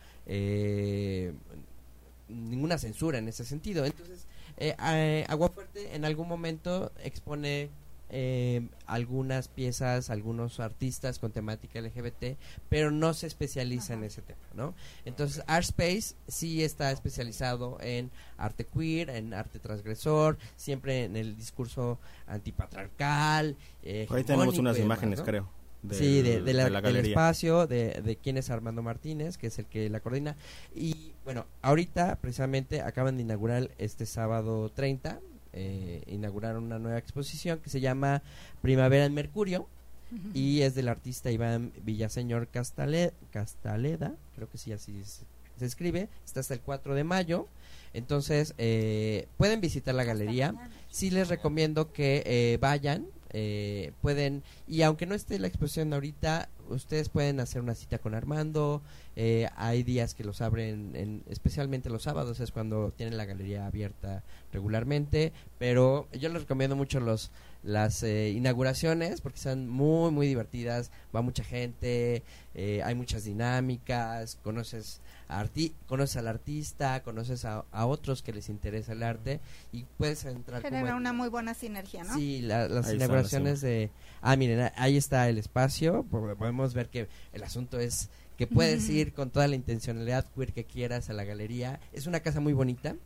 censura en ese sentido. Entonces, Aguafuerte en algún momento expone algunas piezas, algunos artistas con temática LGBT, pero no se especializa en ese tema, ¿no? Entonces Art Space sí está especializado en arte queer, en arte transgresor, siempre en el discurso antipatriarcal. Por ahí tenemos unas hegemónico y demás, imágenes, ¿no? creo. Sí, de la del del espacio, de quién es Armando Martínez, que es el que la coordina. Y bueno, ahorita precisamente acaban de inaugurar este sábado 30, inauguraron una nueva exposición que se llama Primavera en Mercurio, y es del artista Iván Villaseñor Castaleda, creo que sí, así se escribe, está hasta el 4 de mayo. Entonces, pueden visitar la galería. Sí les recomiendo que vayan. Pueden, y aunque no esté la exposición ahorita, ustedes pueden hacer una cita con Armando. Hay días que los abren, especialmente los sábados es cuando tienen la galería abierta regularmente, pero yo les recomiendo mucho las inauguraciones porque son muy muy divertidas, va mucha gente, hay muchas dinámicas, conoces al artista, conoces a otros que les interesa el arte y puedes entrar Genera una muy buena sinergia, ¿no? Sí, las Ahí inauguraciones de... miren, ahí está el espacio, podemos ver que el asunto es que puedes ir con toda la intencionalidad queer que quieras a la galería. Es una casa muy bonita,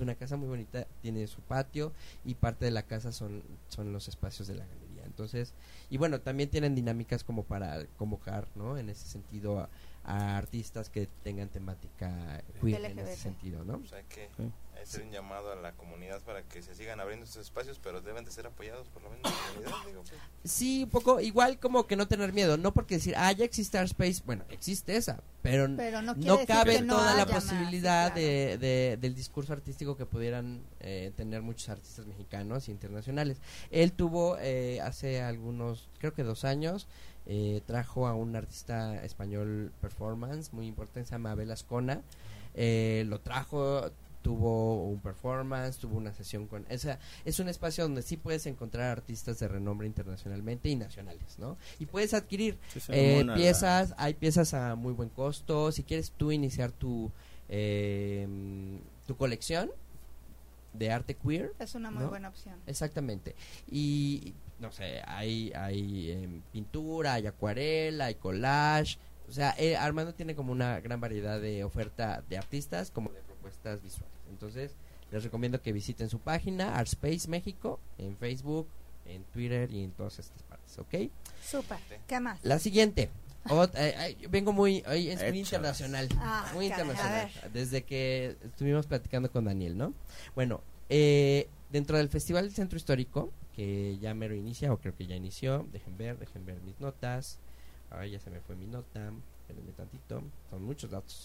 tiene su patio y parte de la casa son los espacios de la galería. Entonces, y bueno, también tienen dinámicas como para convocar, ¿no? En ese sentido a artistas que tengan temática queer en ese sentido, ¿no? O sea que Sí. hacer un llamado a la comunidad para que se sigan abriendo estos espacios, pero deben de ser apoyados por la misma comunidad, digo. Sí, un poco, igual como que no tener miedo, no porque decir, ya existe Art Space, bueno, existe esa, pero no quiere no decir cabe que no toda la haya más, posibilidad sí, claro. del discurso artístico que pudieran tener muchos artistas mexicanos e internacionales. Él tuvo hace algunos, creo que 2 años, trajo a un artista español performance muy importante, se llama Abel Azcona, lo trajo, tuvo un performance, tuvo una sesión con... es un espacio donde sí puedes encontrar artistas de renombre internacionalmente y nacionales, ¿no? Y puedes adquirir Sí, se ve buena piezas, hay piezas a muy buen costo. Si quieres tú iniciar tu colección, de arte queer. Es una muy ¿no? buena opción. Exactamente. Y no sé, hay pintura, hay acuarela, hay collage. O sea, Armando tiene como una gran variedad de oferta de artistas como de propuestas visuales. Entonces, les recomiendo que visiten su página, Artspace México, en Facebook, en Twitter y en todas estas partes, ¿ok? Súper. ¿Qué más? La siguiente. Vengo muy internacional. Muy caray, internacional. a ver. Desde que estuvimos platicando con Daniel, ¿no? Bueno, dentro del Festival del Centro Histórico, que ya mero inicia, o creo que ya inició, dejen ver mis notas. Ya se me fue mi nota, espérenme tantito, son muchos datos.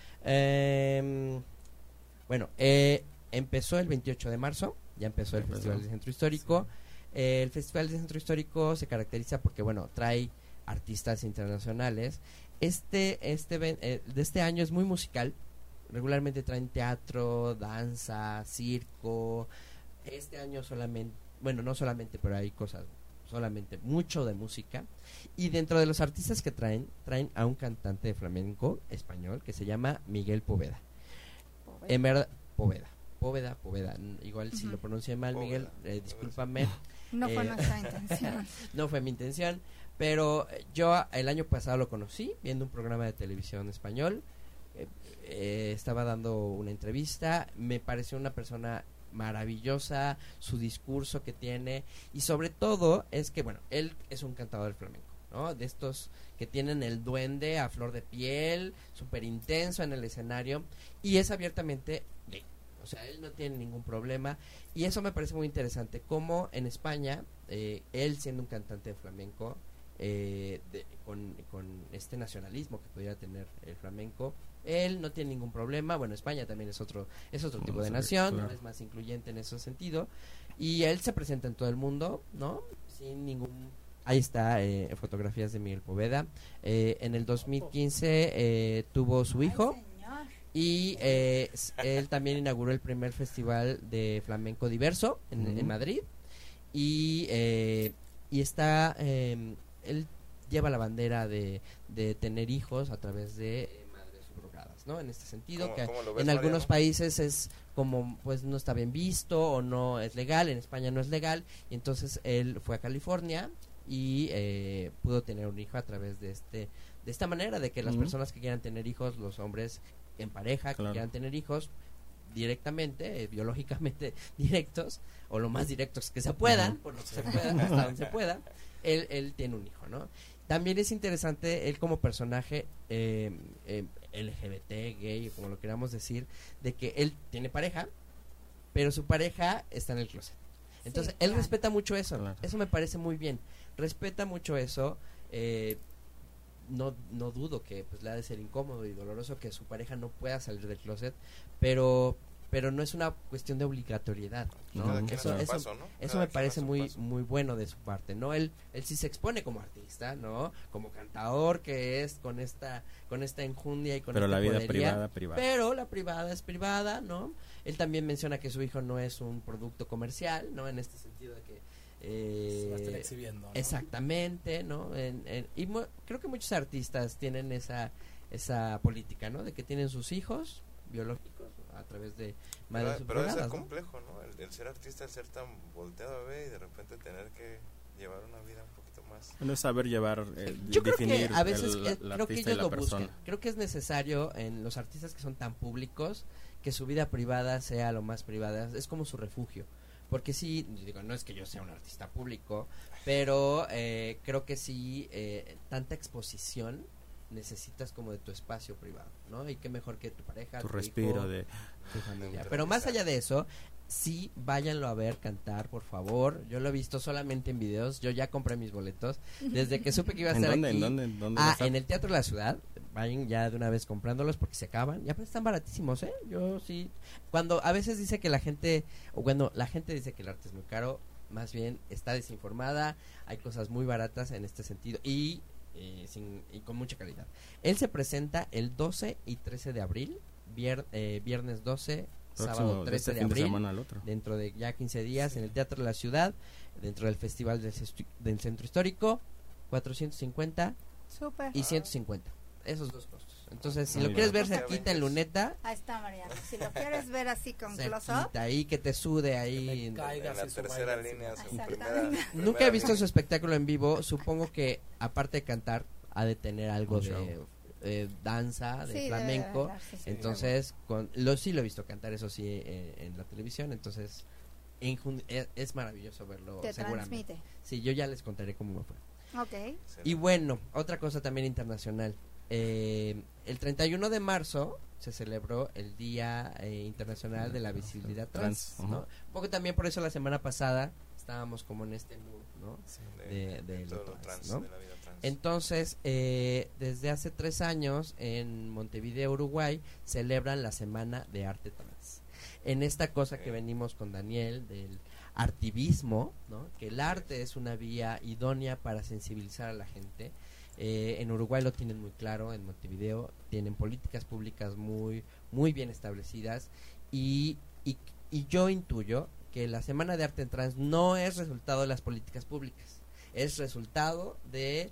Bueno, empezó el 28 de marzo, ya empezó el Festival del Centro Histórico. Sí. El Festival del Centro Histórico se caracteriza porque, bueno, trae artistas internacionales. De este año es muy musical, regularmente traen teatro, danza, circo. Este año solamente, bueno, no solamente, pero hay cosas, solamente mucho de música. Y dentro de los artistas que traen a un cantante de flamenco español que se llama Miguel Poveda. En verdad, Poveda. Igual si lo pronuncié mal, Miguel, discúlpame. No fue nuestra intención. No fue mi intención, pero yo el año pasado lo conocí viendo un programa de televisión español. Estaba dando una entrevista, me pareció una persona maravillosa, su discurso que tiene, y sobre todo es que, bueno, él es un cantador flamenco, ¿no? De estos que tienen el duende a flor de piel, súper intenso en el escenario, y es abiertamente gay. O sea, él no tiene ningún problema, y eso me parece muy interesante, como en España, él siendo un cantante de flamenco, con este nacionalismo que pudiera tener el flamenco, él no tiene ningún problema. Bueno, España también es otro tipo de nación, claro. Es más incluyente en ese sentido, y él se presenta en todo el mundo, ¿no? Sin ningún... Ahí está, fotografías de Miguel Poveda. En el 2015 tuvo su hijo. Y él también inauguró el primer festival de flamenco diverso en Madrid. Y está... él lleva la bandera de tener hijos a través de madres subrogadas, ¿no? En este sentido, que en algunos países es como, pues no está bien visto o no es legal, en España no es legal, y entonces él fue a California y pudo tener un hijo a través de esta manera, de que las personas que quieran tener hijos, los hombres en pareja que quieran tener hijos directamente, biológicamente directos, o lo más directos que se puedan, por lo que se pueda, hasta donde se pueda, él tiene un hijo, ¿no? También es interesante él como personaje LGBT, gay, como lo queramos decir, de que él tiene pareja, pero su pareja está en el closet. Entonces, él respeta mucho eso, eso me parece muy bien, respeta mucho eso. No dudo que pues le ha de ser incómodo y doloroso que su pareja no pueda salir del closet, pero no es una cuestión de obligatoriedad, ¿no? Eso me parece muy bueno de su parte, ¿no? Él sí se expone como artista, ¿no? Como cantador, que es con esta enjundia y con pero esta la vida podería, privada. Pero la privada es privada, ¿no? Él también menciona que su hijo no es un producto comercial, ¿no? En este sentido de que se va a estar exhibiendo, ¿no? Exactamente, ¿no? Creo que muchos artistas tienen esa política, ¿no? De que tienen sus hijos biológicos a través de madres pero debe ser ¿no? complejo, ¿no? El ser artista, el ser tan volteado a ver y de repente tener que llevar una vida un poquito más. No es saber llevar, yo creo definir que a veces el creo que artista ellos y la lo persona. buscan. Creo que es necesario en los artistas que son tan públicos que su vida privada sea lo más privada. Es como su refugio. Porque sí, digo, no es que yo sea un artista público, pero creo que sí, tanta exposición necesitas como de tu espacio privado, ¿no? Y qué mejor que tu pareja, tu hijo, respiro tu familia. Pero más allá de eso, sí, váyanlo a ver cantar, por favor. Yo lo he visto solamente en videos. Yo ya compré mis boletos desde que supe que iba a estar aquí. ¿En dónde en el Teatro de la Ciudad. Vayan ya de una vez comprándolos porque se acaban. Ya pues están baratísimos, ¿eh? Yo sí. Cuando a veces dice que la gente dice que el arte es muy caro, más bien está desinformada. Hay cosas muy baratas en este sentido y con mucha calidad. Él se presenta el 12 y 13 de abril, viernes 12, sábado 13 de abril, dentro de ya 15 días en el Teatro de la Ciudad, dentro del Festival del Centro Histórico, 450 Súper. y 150. Esos dos costos. Entonces, si Muy lo quieres ver bien. cerquita en luneta, Ahí está, Mariano. Si lo quieres ver así con close-up. cerquita ahí, que te sude ahí. Que me caiga En la así su tercera baile línea, su Exactamente. primera Nunca he visto su espectáculo en vivo. Supongo que, aparte de cantar, ha de tener algo Un de danza, de Sí, debe flamenco. bailar, sí. Entonces, sí lo he visto cantar, eso sí, en la televisión. Entonces, es maravilloso verlo, Te seguramente. transmite. Sí, yo ya les contaré cómo me fue. Ok. Y bueno, otra cosa también internacional. El 31 de marzo se celebró el Día Internacional de la Visibilidad Trans, Trans, ¿no? ujú. Un poco también por eso la semana pasada estábamos como en este mood, ¿no? de todo lo lo trans, trans, ¿no? de la vida trans. Entonces, desde hace 3 años en Montevideo, Uruguay, celebran la Semana de Arte Trans. En esta cosa que venimos con Daniel del artivismo, ¿no? Que el arte es una vía idónea para sensibilizar a la gente. En Uruguay lo tienen muy claro, en Montevideo tienen políticas públicas muy bien establecidas y yo intuyo que la Semana de Arte Trans no es resultado de las políticas públicas, es resultado de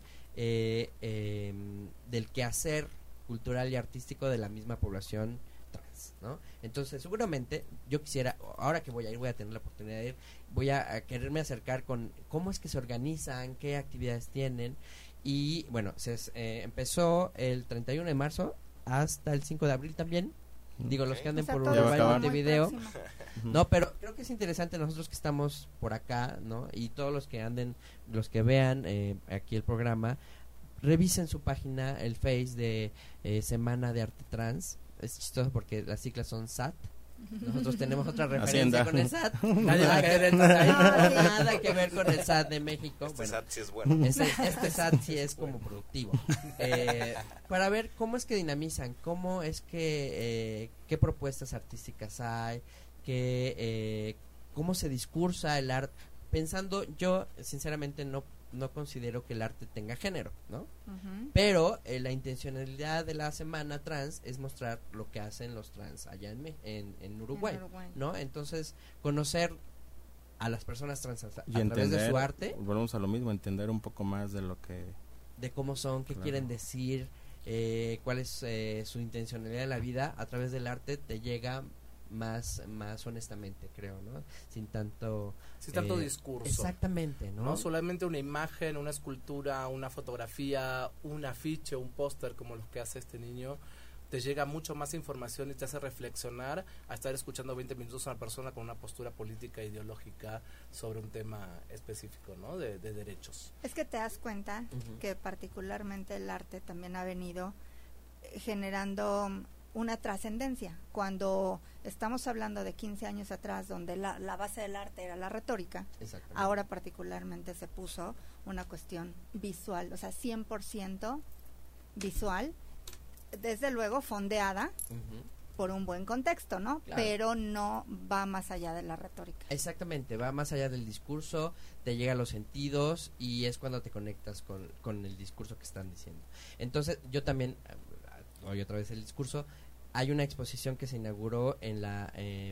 del quehacer cultural y artístico de la misma población trans, ¿no? Entonces, seguramente yo quisiera, ahora que voy a ir, voy a tener la oportunidad de ir, voy a quererme acercar con cómo es que se organizan, qué actividades tienen. Y bueno, empezó el 31 de marzo hasta el 5 de abril también. Digo, los que anden O sea, por todo Uruguay, está muy Montevideo. próximo. No, pero creo que es interesante nosotros que estamos por acá, ¿no? Y todos los que anden, los que vean aquí el programa, revisen su página, el Face de Semana de Arte Trans. Es chistoso porque las siglas son SAT. Nosotros tenemos otra referencia Hacienda. con el SAT. Nadie va a querer Nada que ver con el SAT de México. Este Bueno, SAT sí es bueno. este SAT sí es como productivo. Para ver cómo es que dinamizan, cómo es que qué propuestas artísticas hay, cómo se discursa el arte. Pensando, yo sinceramente no considero que el arte tenga género, ¿no? Ujú. Pero la intencionalidad de la semana trans es mostrar lo que hacen los trans allá en Uruguay, En Uruguay. ¿no? Entonces, conocer a las personas trans a Y través de entender, su arte, volvemos a lo mismo, entender un poco más de lo que... de cómo son, qué Claro. quieren decir, cuál es su intencionalidad en la vida, a través del arte te llega más honestamente, creo, ¿no? Sin tanto discurso. exactamente, ¿no? ¿no? Solamente una imagen, una escultura, una fotografía, un afiche, un póster como los que hace este niño, te llega mucho más información y te hace reflexionar a estar escuchando 20 minutos a una persona con una postura política e ideológica sobre un tema específico, ¿no? De derechos. Es que te das cuenta Ujú. que particularmente el arte también ha venido generando una trascendencia. Cuando estamos hablando de 15 años atrás, donde la base del arte era la retórica, Exactamente. ahora particularmente se puso una cuestión visual, o sea, 100% visual, desde luego fondeada Ujú. por un buen contexto, ¿no? Claro. Pero no va más allá de la retórica. Exactamente, va más allá del discurso, te llega a los sentidos y es cuando te conectas con el discurso que están diciendo. Entonces, yo también, hoy otra vez el discurso, hay una exposición que se inauguró en la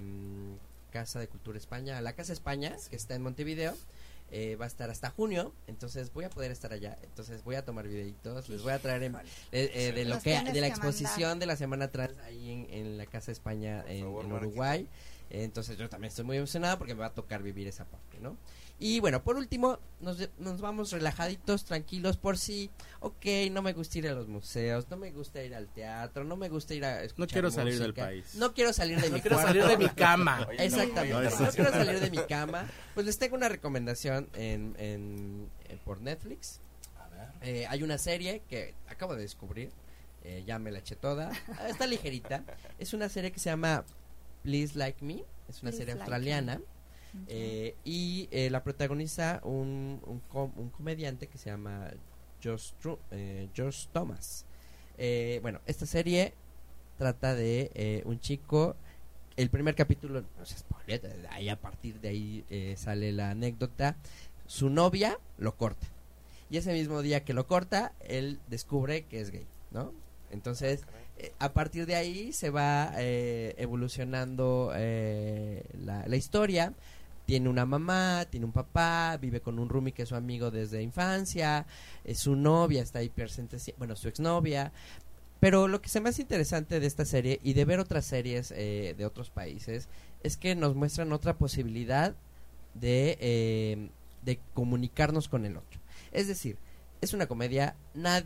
Casa de Cultura España, la Casa España, que está en Montevideo. Va a estar hasta junio, entonces voy a poder estar allá, entonces voy a tomar videitos, les voy a traer de lo Los que tienes de la que exposición mandar. de la Semana Trans ahí en la Casa España en favor, Uruguay. Entonces yo también estoy muy emocionado porque me va a tocar vivir esa parte, ¿no? Y bueno, por último, nos vamos relajaditos, tranquilos, por si, ok, no me gusta ir a los museos, no me gusta ir al teatro, no me gusta ir a escuchar No quiero salir del música, país. no quiero salir de No mi quiero cuarto. salir de mi cama. Oye, Exactamente, no, no, eso sí. quiero salir de mi cama. Pues les tengo una recomendación por Netflix. Hay una serie que acabo de descubrir, ya me la eché toda, está ligerita. Es una serie que se llama Please Like Me, es una Please serie Like australiana. Ok. Y la protagoniza un comediante que se llama Josh Thomas. Bueno, esta serie trata de un chico. El primer capítulo, no sé, spoiler, ahí a partir de ahí sale la anécdota. Su novia lo corta y ese mismo día que lo corta, él descubre que es gay, ¿no? Entonces, a partir de ahí se va evolucionando la historia. Tiene una mamá, tiene un papá, vive con un roomie que es su amigo desde infancia, su novia está ahí presente, bueno, su exnovia, Pero lo que se me hace interesante de esta serie y de ver otras series de otros países es que nos muestran otra posibilidad de comunicarnos con el otro. Es decir, es una comedia,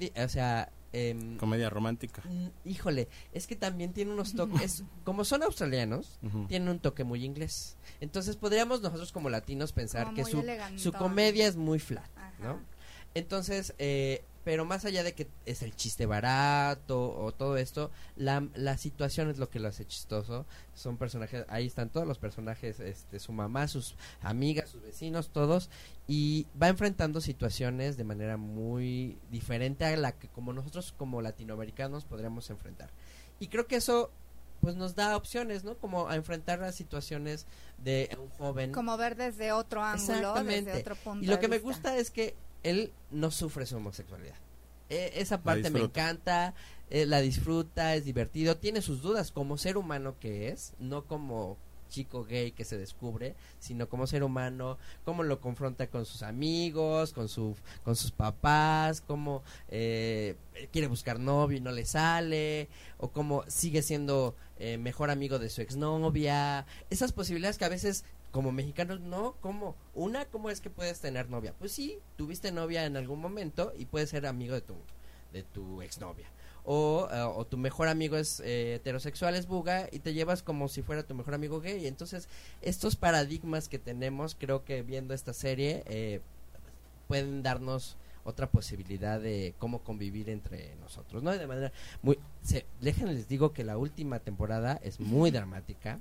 comedia romántica. Híjole, es que también tiene unos toques, como son australianos, tienen un toque muy inglés. Entonces podríamos nosotros como latinos pensar Como que muy su comedia es muy flat, ¿no? Ajá. Entonces, pero más allá de que es el chiste barato o todo esto, la situación es lo que lo hace chistoso. Son personajes, ahí están todos los personajes, su mamá, sus amigas, sus vecinos, todos, y va enfrentando situaciones de manera muy diferente a la que como nosotros como latinoamericanos podríamos enfrentar. Y creo que eso pues nos da opciones, ¿no? Como a enfrentar las situaciones de un joven. Como ver desde otro ángulo, desde otro punto. Y lo que de me vista. gusta es que él no sufre su homosexualidad. Esa parte me encanta, la disfruta, es divertido, tiene sus dudas como ser humano que es, no como chico gay que se descubre, sino como ser humano, cómo lo confronta con sus amigos, con sus papás, cómo quiere buscar novio y no le sale, o cómo sigue siendo mejor amigo de su exnovia. Esas posibilidades que a veces como mexicanos, no, ¿cómo es que puedes tener novia? Pues sí, tuviste novia en algún momento y puedes ser amigo de tu exnovia. O tu mejor amigo es heterosexual, es buga, y te llevas como si fuera tu mejor amigo gay. Entonces, estos paradigmas que tenemos, creo que viendo esta serie, pueden darnos otra posibilidad de cómo convivir entre nosotros, ¿no? De manera muy... déjenles digo que la última temporada es muy dramática.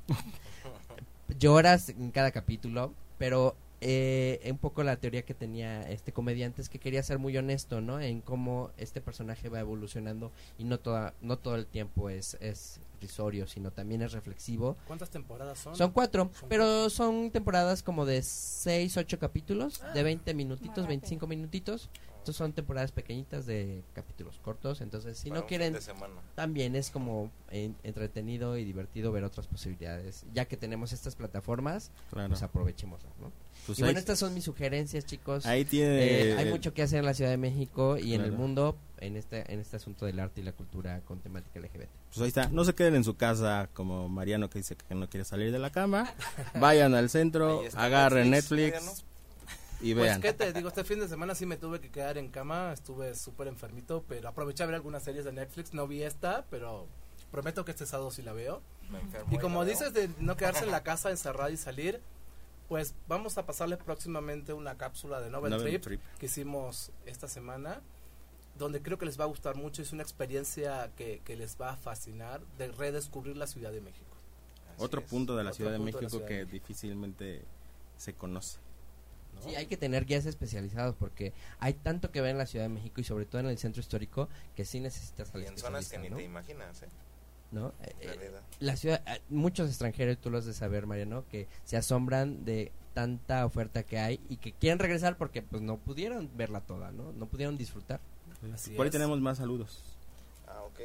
Lloras en cada capítulo, pero un poco la teoría que tenía este comediante es que quería ser muy honesto, ¿no? En cómo este personaje va evolucionando y no todo el tiempo es risorio, sino también es reflexivo. ¿Cuántas temporadas son? Son 4, pero son temporadas como de 6, 8 capítulos, de 20 minutitos, 25 minutitos. Entonces son temporadas pequeñitas de capítulos cortos, entonces si Para no un quieren, fin de semana. también es como entretenido y divertido ver otras posibilidades. Ya que tenemos estas plataformas, Claro. pues aprovechémoslas, ¿no? Pues Y bueno, ahí- estas son mis sugerencias, chicos. Ahí tiene... Hay mucho que hacer en la Ciudad de México y en el Claro. mundo en este asunto del arte y la cultura con temática LGBT. Pues ahí está, no se queden en su casa como Mariano que dice que no quiere salir de la cama. Vayan al centro, Ahí está agarren Netflix, Netflix y Pues vean. qué te digo, este fin de semana sí me tuve que quedar en cama, estuve súper enfermito, pero aproveché a ver algunas series de Netflix, no vi esta, pero prometo que este sábado sí la veo. Me enfermo Y como la veo. dices de no quedarse en la casa encerrada y salir, pues vamos a pasarles próximamente una cápsula de Novel Novel Trip Trip. que hicimos esta semana, donde creo que les va a gustar mucho, es una experiencia que les va a fascinar de redescubrir la Ciudad de México. Así Otro es. punto de la Otro Ciudad de punto de la México Ciudad que de México. difícilmente se conoce. ¿No? Sí, hay que tener guías especializados porque hay tanto que ver en la Ciudad de México y sobre todo en el centro histórico que sí necesitas al Y en zonas que ni especialista, ¿no? te imaginas, ¿No? en realidad. La ciudad, muchos extranjeros, tú lo has de saber, Mariano, que se asombran de tanta oferta que hay y que quieren regresar porque pues no pudieron verla toda, ¿no? No pudieron disfrutar. Así Por ahí es. tenemos más saludos. Ah, ok.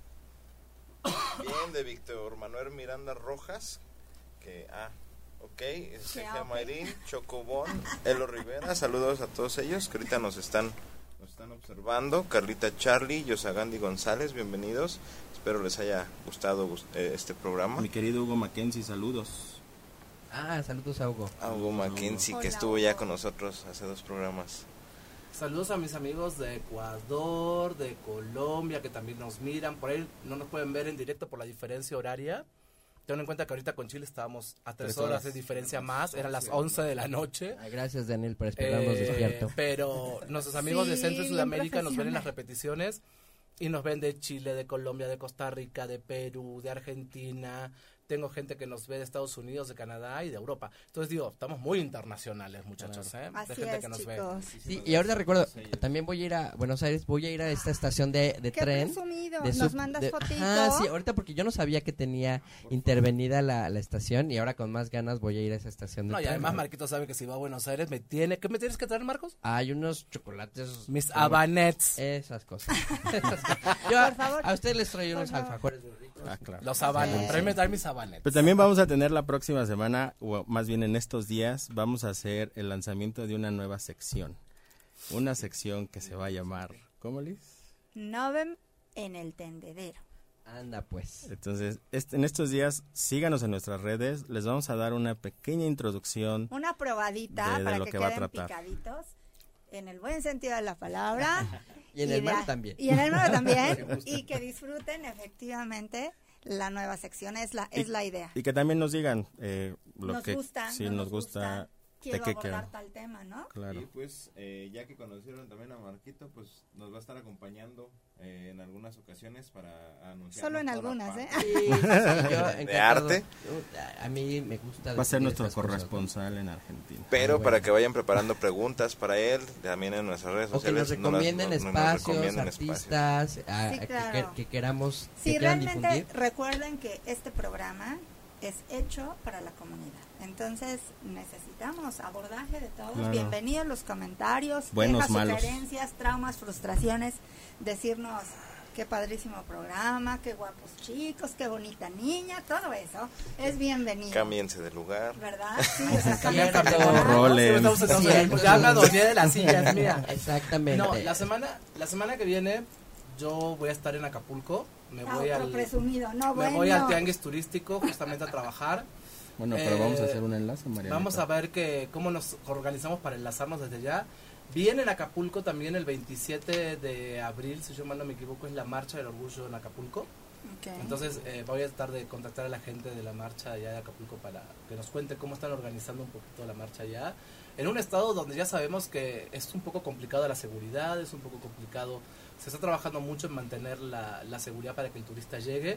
Bien, de Víctor Manuel Miranda Rojas, que, ok, Sergio Mayrín, Chocobón, Elo Rivera, saludos a todos ellos que ahorita nos están observando, Carlita Charlie, Yosagandi González, bienvenidos, espero les haya gustado este programa. Mi querido Hugo Mackenzie, saludos. Saludos a Hugo. A Hugo Mackenzie, que Hola, estuvo ya Hugo. con nosotros hace 2 programas. Saludos a mis amigos de Ecuador, de Colombia, que también nos miran. Por ahí no nos pueden ver en directo por la diferencia horaria. Ten en cuenta que ahorita con Chile estábamos a 3 horas de diferencia más. Eran las 11 de la noche. Ay, gracias, Daniel, por esperarnos despierto. Pero nuestros amigos de Sí, Centro y bien Sudamérica nos ven en las profesional. repeticiones y nos ven de Chile, de Colombia, de Costa Rica, de Perú, de Argentina. Tengo gente que nos ve de Estados Unidos, de Canadá y de Europa. Entonces digo, estamos muy internacionales, muchachos, ¿eh? De Así gente es, que nos chicos. Sí, y ahorita recuerdo, también voy a ir a Buenos Aires, voy a ir a esta estación de Qué tren. presumido. de Nos sub- mandas de- fotito. sí, ahorita porque yo no sabía que tenía intervenida la estación y ahora con más ganas voy a ir a esa estación de No, y tren. además Marquito sabe que si va a Buenos Aires ¿qué me tienes que traer, Marcos? Hay unos chocolates. Mis habanets. Esas cosas. Yo Por favor. a ustedes les traigo Por unos favor. alfajores muy ricos. Claro. Los habanets. Sí. Tráeme traer mis habanets. Pero también vamos a tener la próxima semana, o más bien en estos días, vamos a hacer el lanzamiento de una nueva sección. Una sección que se va a llamar, ¿cómo, Liz? Noven en el tendedero. Anda pues. Entonces, en estos días, síganos en nuestras redes. Les vamos a dar una pequeña introducción. Una probadita de para lo que que va a queden tratar. picaditos, en el buen sentido de la palabra. Y en el malo también. Y en el malo también. Y que disfruten efectivamente la nueva sección. Es la idea. Y que también nos digan lo Nos que gusta, si no nos gusta. Quiero de abordar tal tema, ¿no? Claro. Y pues, ya que conocieron también a Marquito, pues nos va a estar acompañando en algunas ocasiones para anunciar. Solo en algunas, ¿eh? Sí, yo encantado. ¿De arte? A mí me gusta. Va a ser decir nuestro estas cosas, corresponsal en Argentina. Pero bueno. para que vayan preparando preguntas para él, también en nuestras redes ¿no? O que nos sociales. recomienden nos espacios, recomienden espacios. artistas, Sí, claro. que queramos, Sí, que quieran realmente difundir. recuerden que este programa es hecho para la comunidad. Entonces necesitamos abordaje de todos. Claro. Bienvenidos los comentarios, Buenos, quejas, malos. sugerencias, traumas, frustraciones. Decirnos qué padrísimo programa, qué guapos chicos, qué bonita niña, todo eso es bienvenido. Cámbiense de lugar. ¿Verdad? Sí, o sea, Cierto. cámbiense de lugar. Roles. Ya me adoñé de las sillas, mira. Exactamente. No, la semana que viene yo voy a estar en Acapulco. Me voy Otro al presumido, no, me bueno. voy al tianguis turístico justamente a trabajar. Bueno, pero vamos a hacer un enlace, María. Vamos a ver cómo nos organizamos para enlazarnos desde ya. Viene en Acapulco también el 27 de abril, si yo mal no me equivoco, es la Marcha del Orgullo en Acapulco. Okay. Entonces voy a tratar de contactar a la gente de la marcha allá de Acapulco para que nos cuente cómo están organizando un poquito la marcha allá. En un estado donde ya sabemos que es un poco complicado la seguridad, es un poco complicado, se está trabajando mucho en mantener la seguridad para que el turista llegue.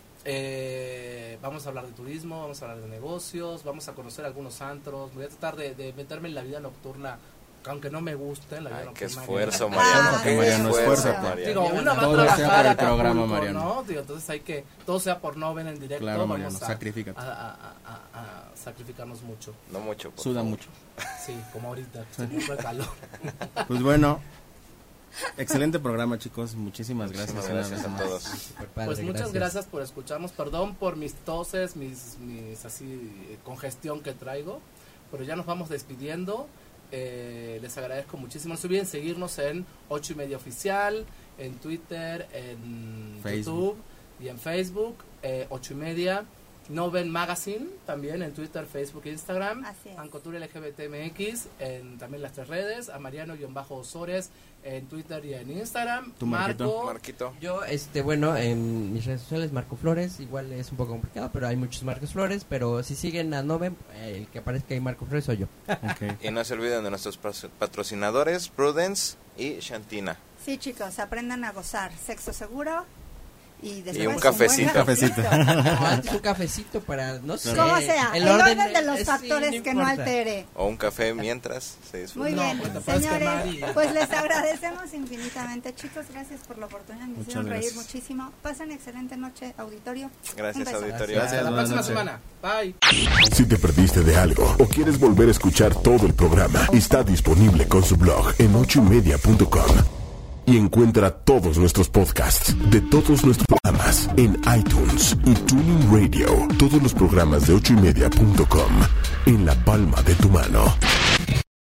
Vamos a hablar de turismo, vamos a hablar de negocios, vamos a conocer algunos antros, voy a tratar de meterme en la vida nocturna, aunque no me guste la vida Ay, nocturna. qué esfuerzo, Mariano, Mariano. qué Qué Mariano, esfuerzo, esfuérzate. Mariano. Digo, una va a Todo sea trabajar para a el programa, Acapulco, Mariano. ¿no? Digo, entonces hay que, todo sea por no ven en directo, Claro, Mariano, vamos sacrifícate. a sacrificarnos mucho. No mucho. por Suda favor. mucho. Sí, como ahorita, se me fue el calor. Pues bueno, excelente programa, chicos. Muchísimas gracias. Muchísimas gracias una a vez todos. Super padre, Pues muchas gracias por escucharnos, perdón por mis toses, mis así congestión que traigo, pero ya nos vamos despidiendo. Les agradezco muchísimo. No se olviden seguirnos en 8:30 Oficial, en Twitter, en Facebook. YouTube y en Facebook, 8:30. Noven Magazine, también en Twitter, Facebook e Instagram. Así es. Ancotur LGBTMX, en también las 3 redes. A Mariano-Osores en Twitter y en Instagram. ¿Tú, Marquito? Marquito. Yo, bueno, en mis redes sociales, Marco Flores, igual es un poco complicado, pero hay muchos Marcos Flores, pero si siguen a Noven, el que aparezca ahí Marco Flores soy yo. Ok. Y no se olviden de nuestros patrocinadores, Prudence y Shantina. Sí, chicos, aprendan a gozar. Sexo seguro y, Y un buen cafecito. Cafecito. O antes un cafecito para, no sé. Como sea, el orden de los sí, factores que no importa. altere. O un café mientras se disfruta. Muy No, bien, pues te puedes quemar señores, y- pues les agradecemos infinitamente. Chicos, gracias por la oportunidad, me Muchas hicieron reír gracias. muchísimo. Pasen excelente noche, auditorio. Un Gracias, beso. auditorio. Gracias. Hasta la buenas próxima noches. semana. Bye. Si te perdiste de algo o quieres volver a escuchar todo el programa, está disponible con su blog en 8ymedia.com. Y encuentra todos nuestros podcasts de todos nuestros programas en iTunes y Tuning Radio. Todos los programas de 8ymedia.com en la palma de tu mano.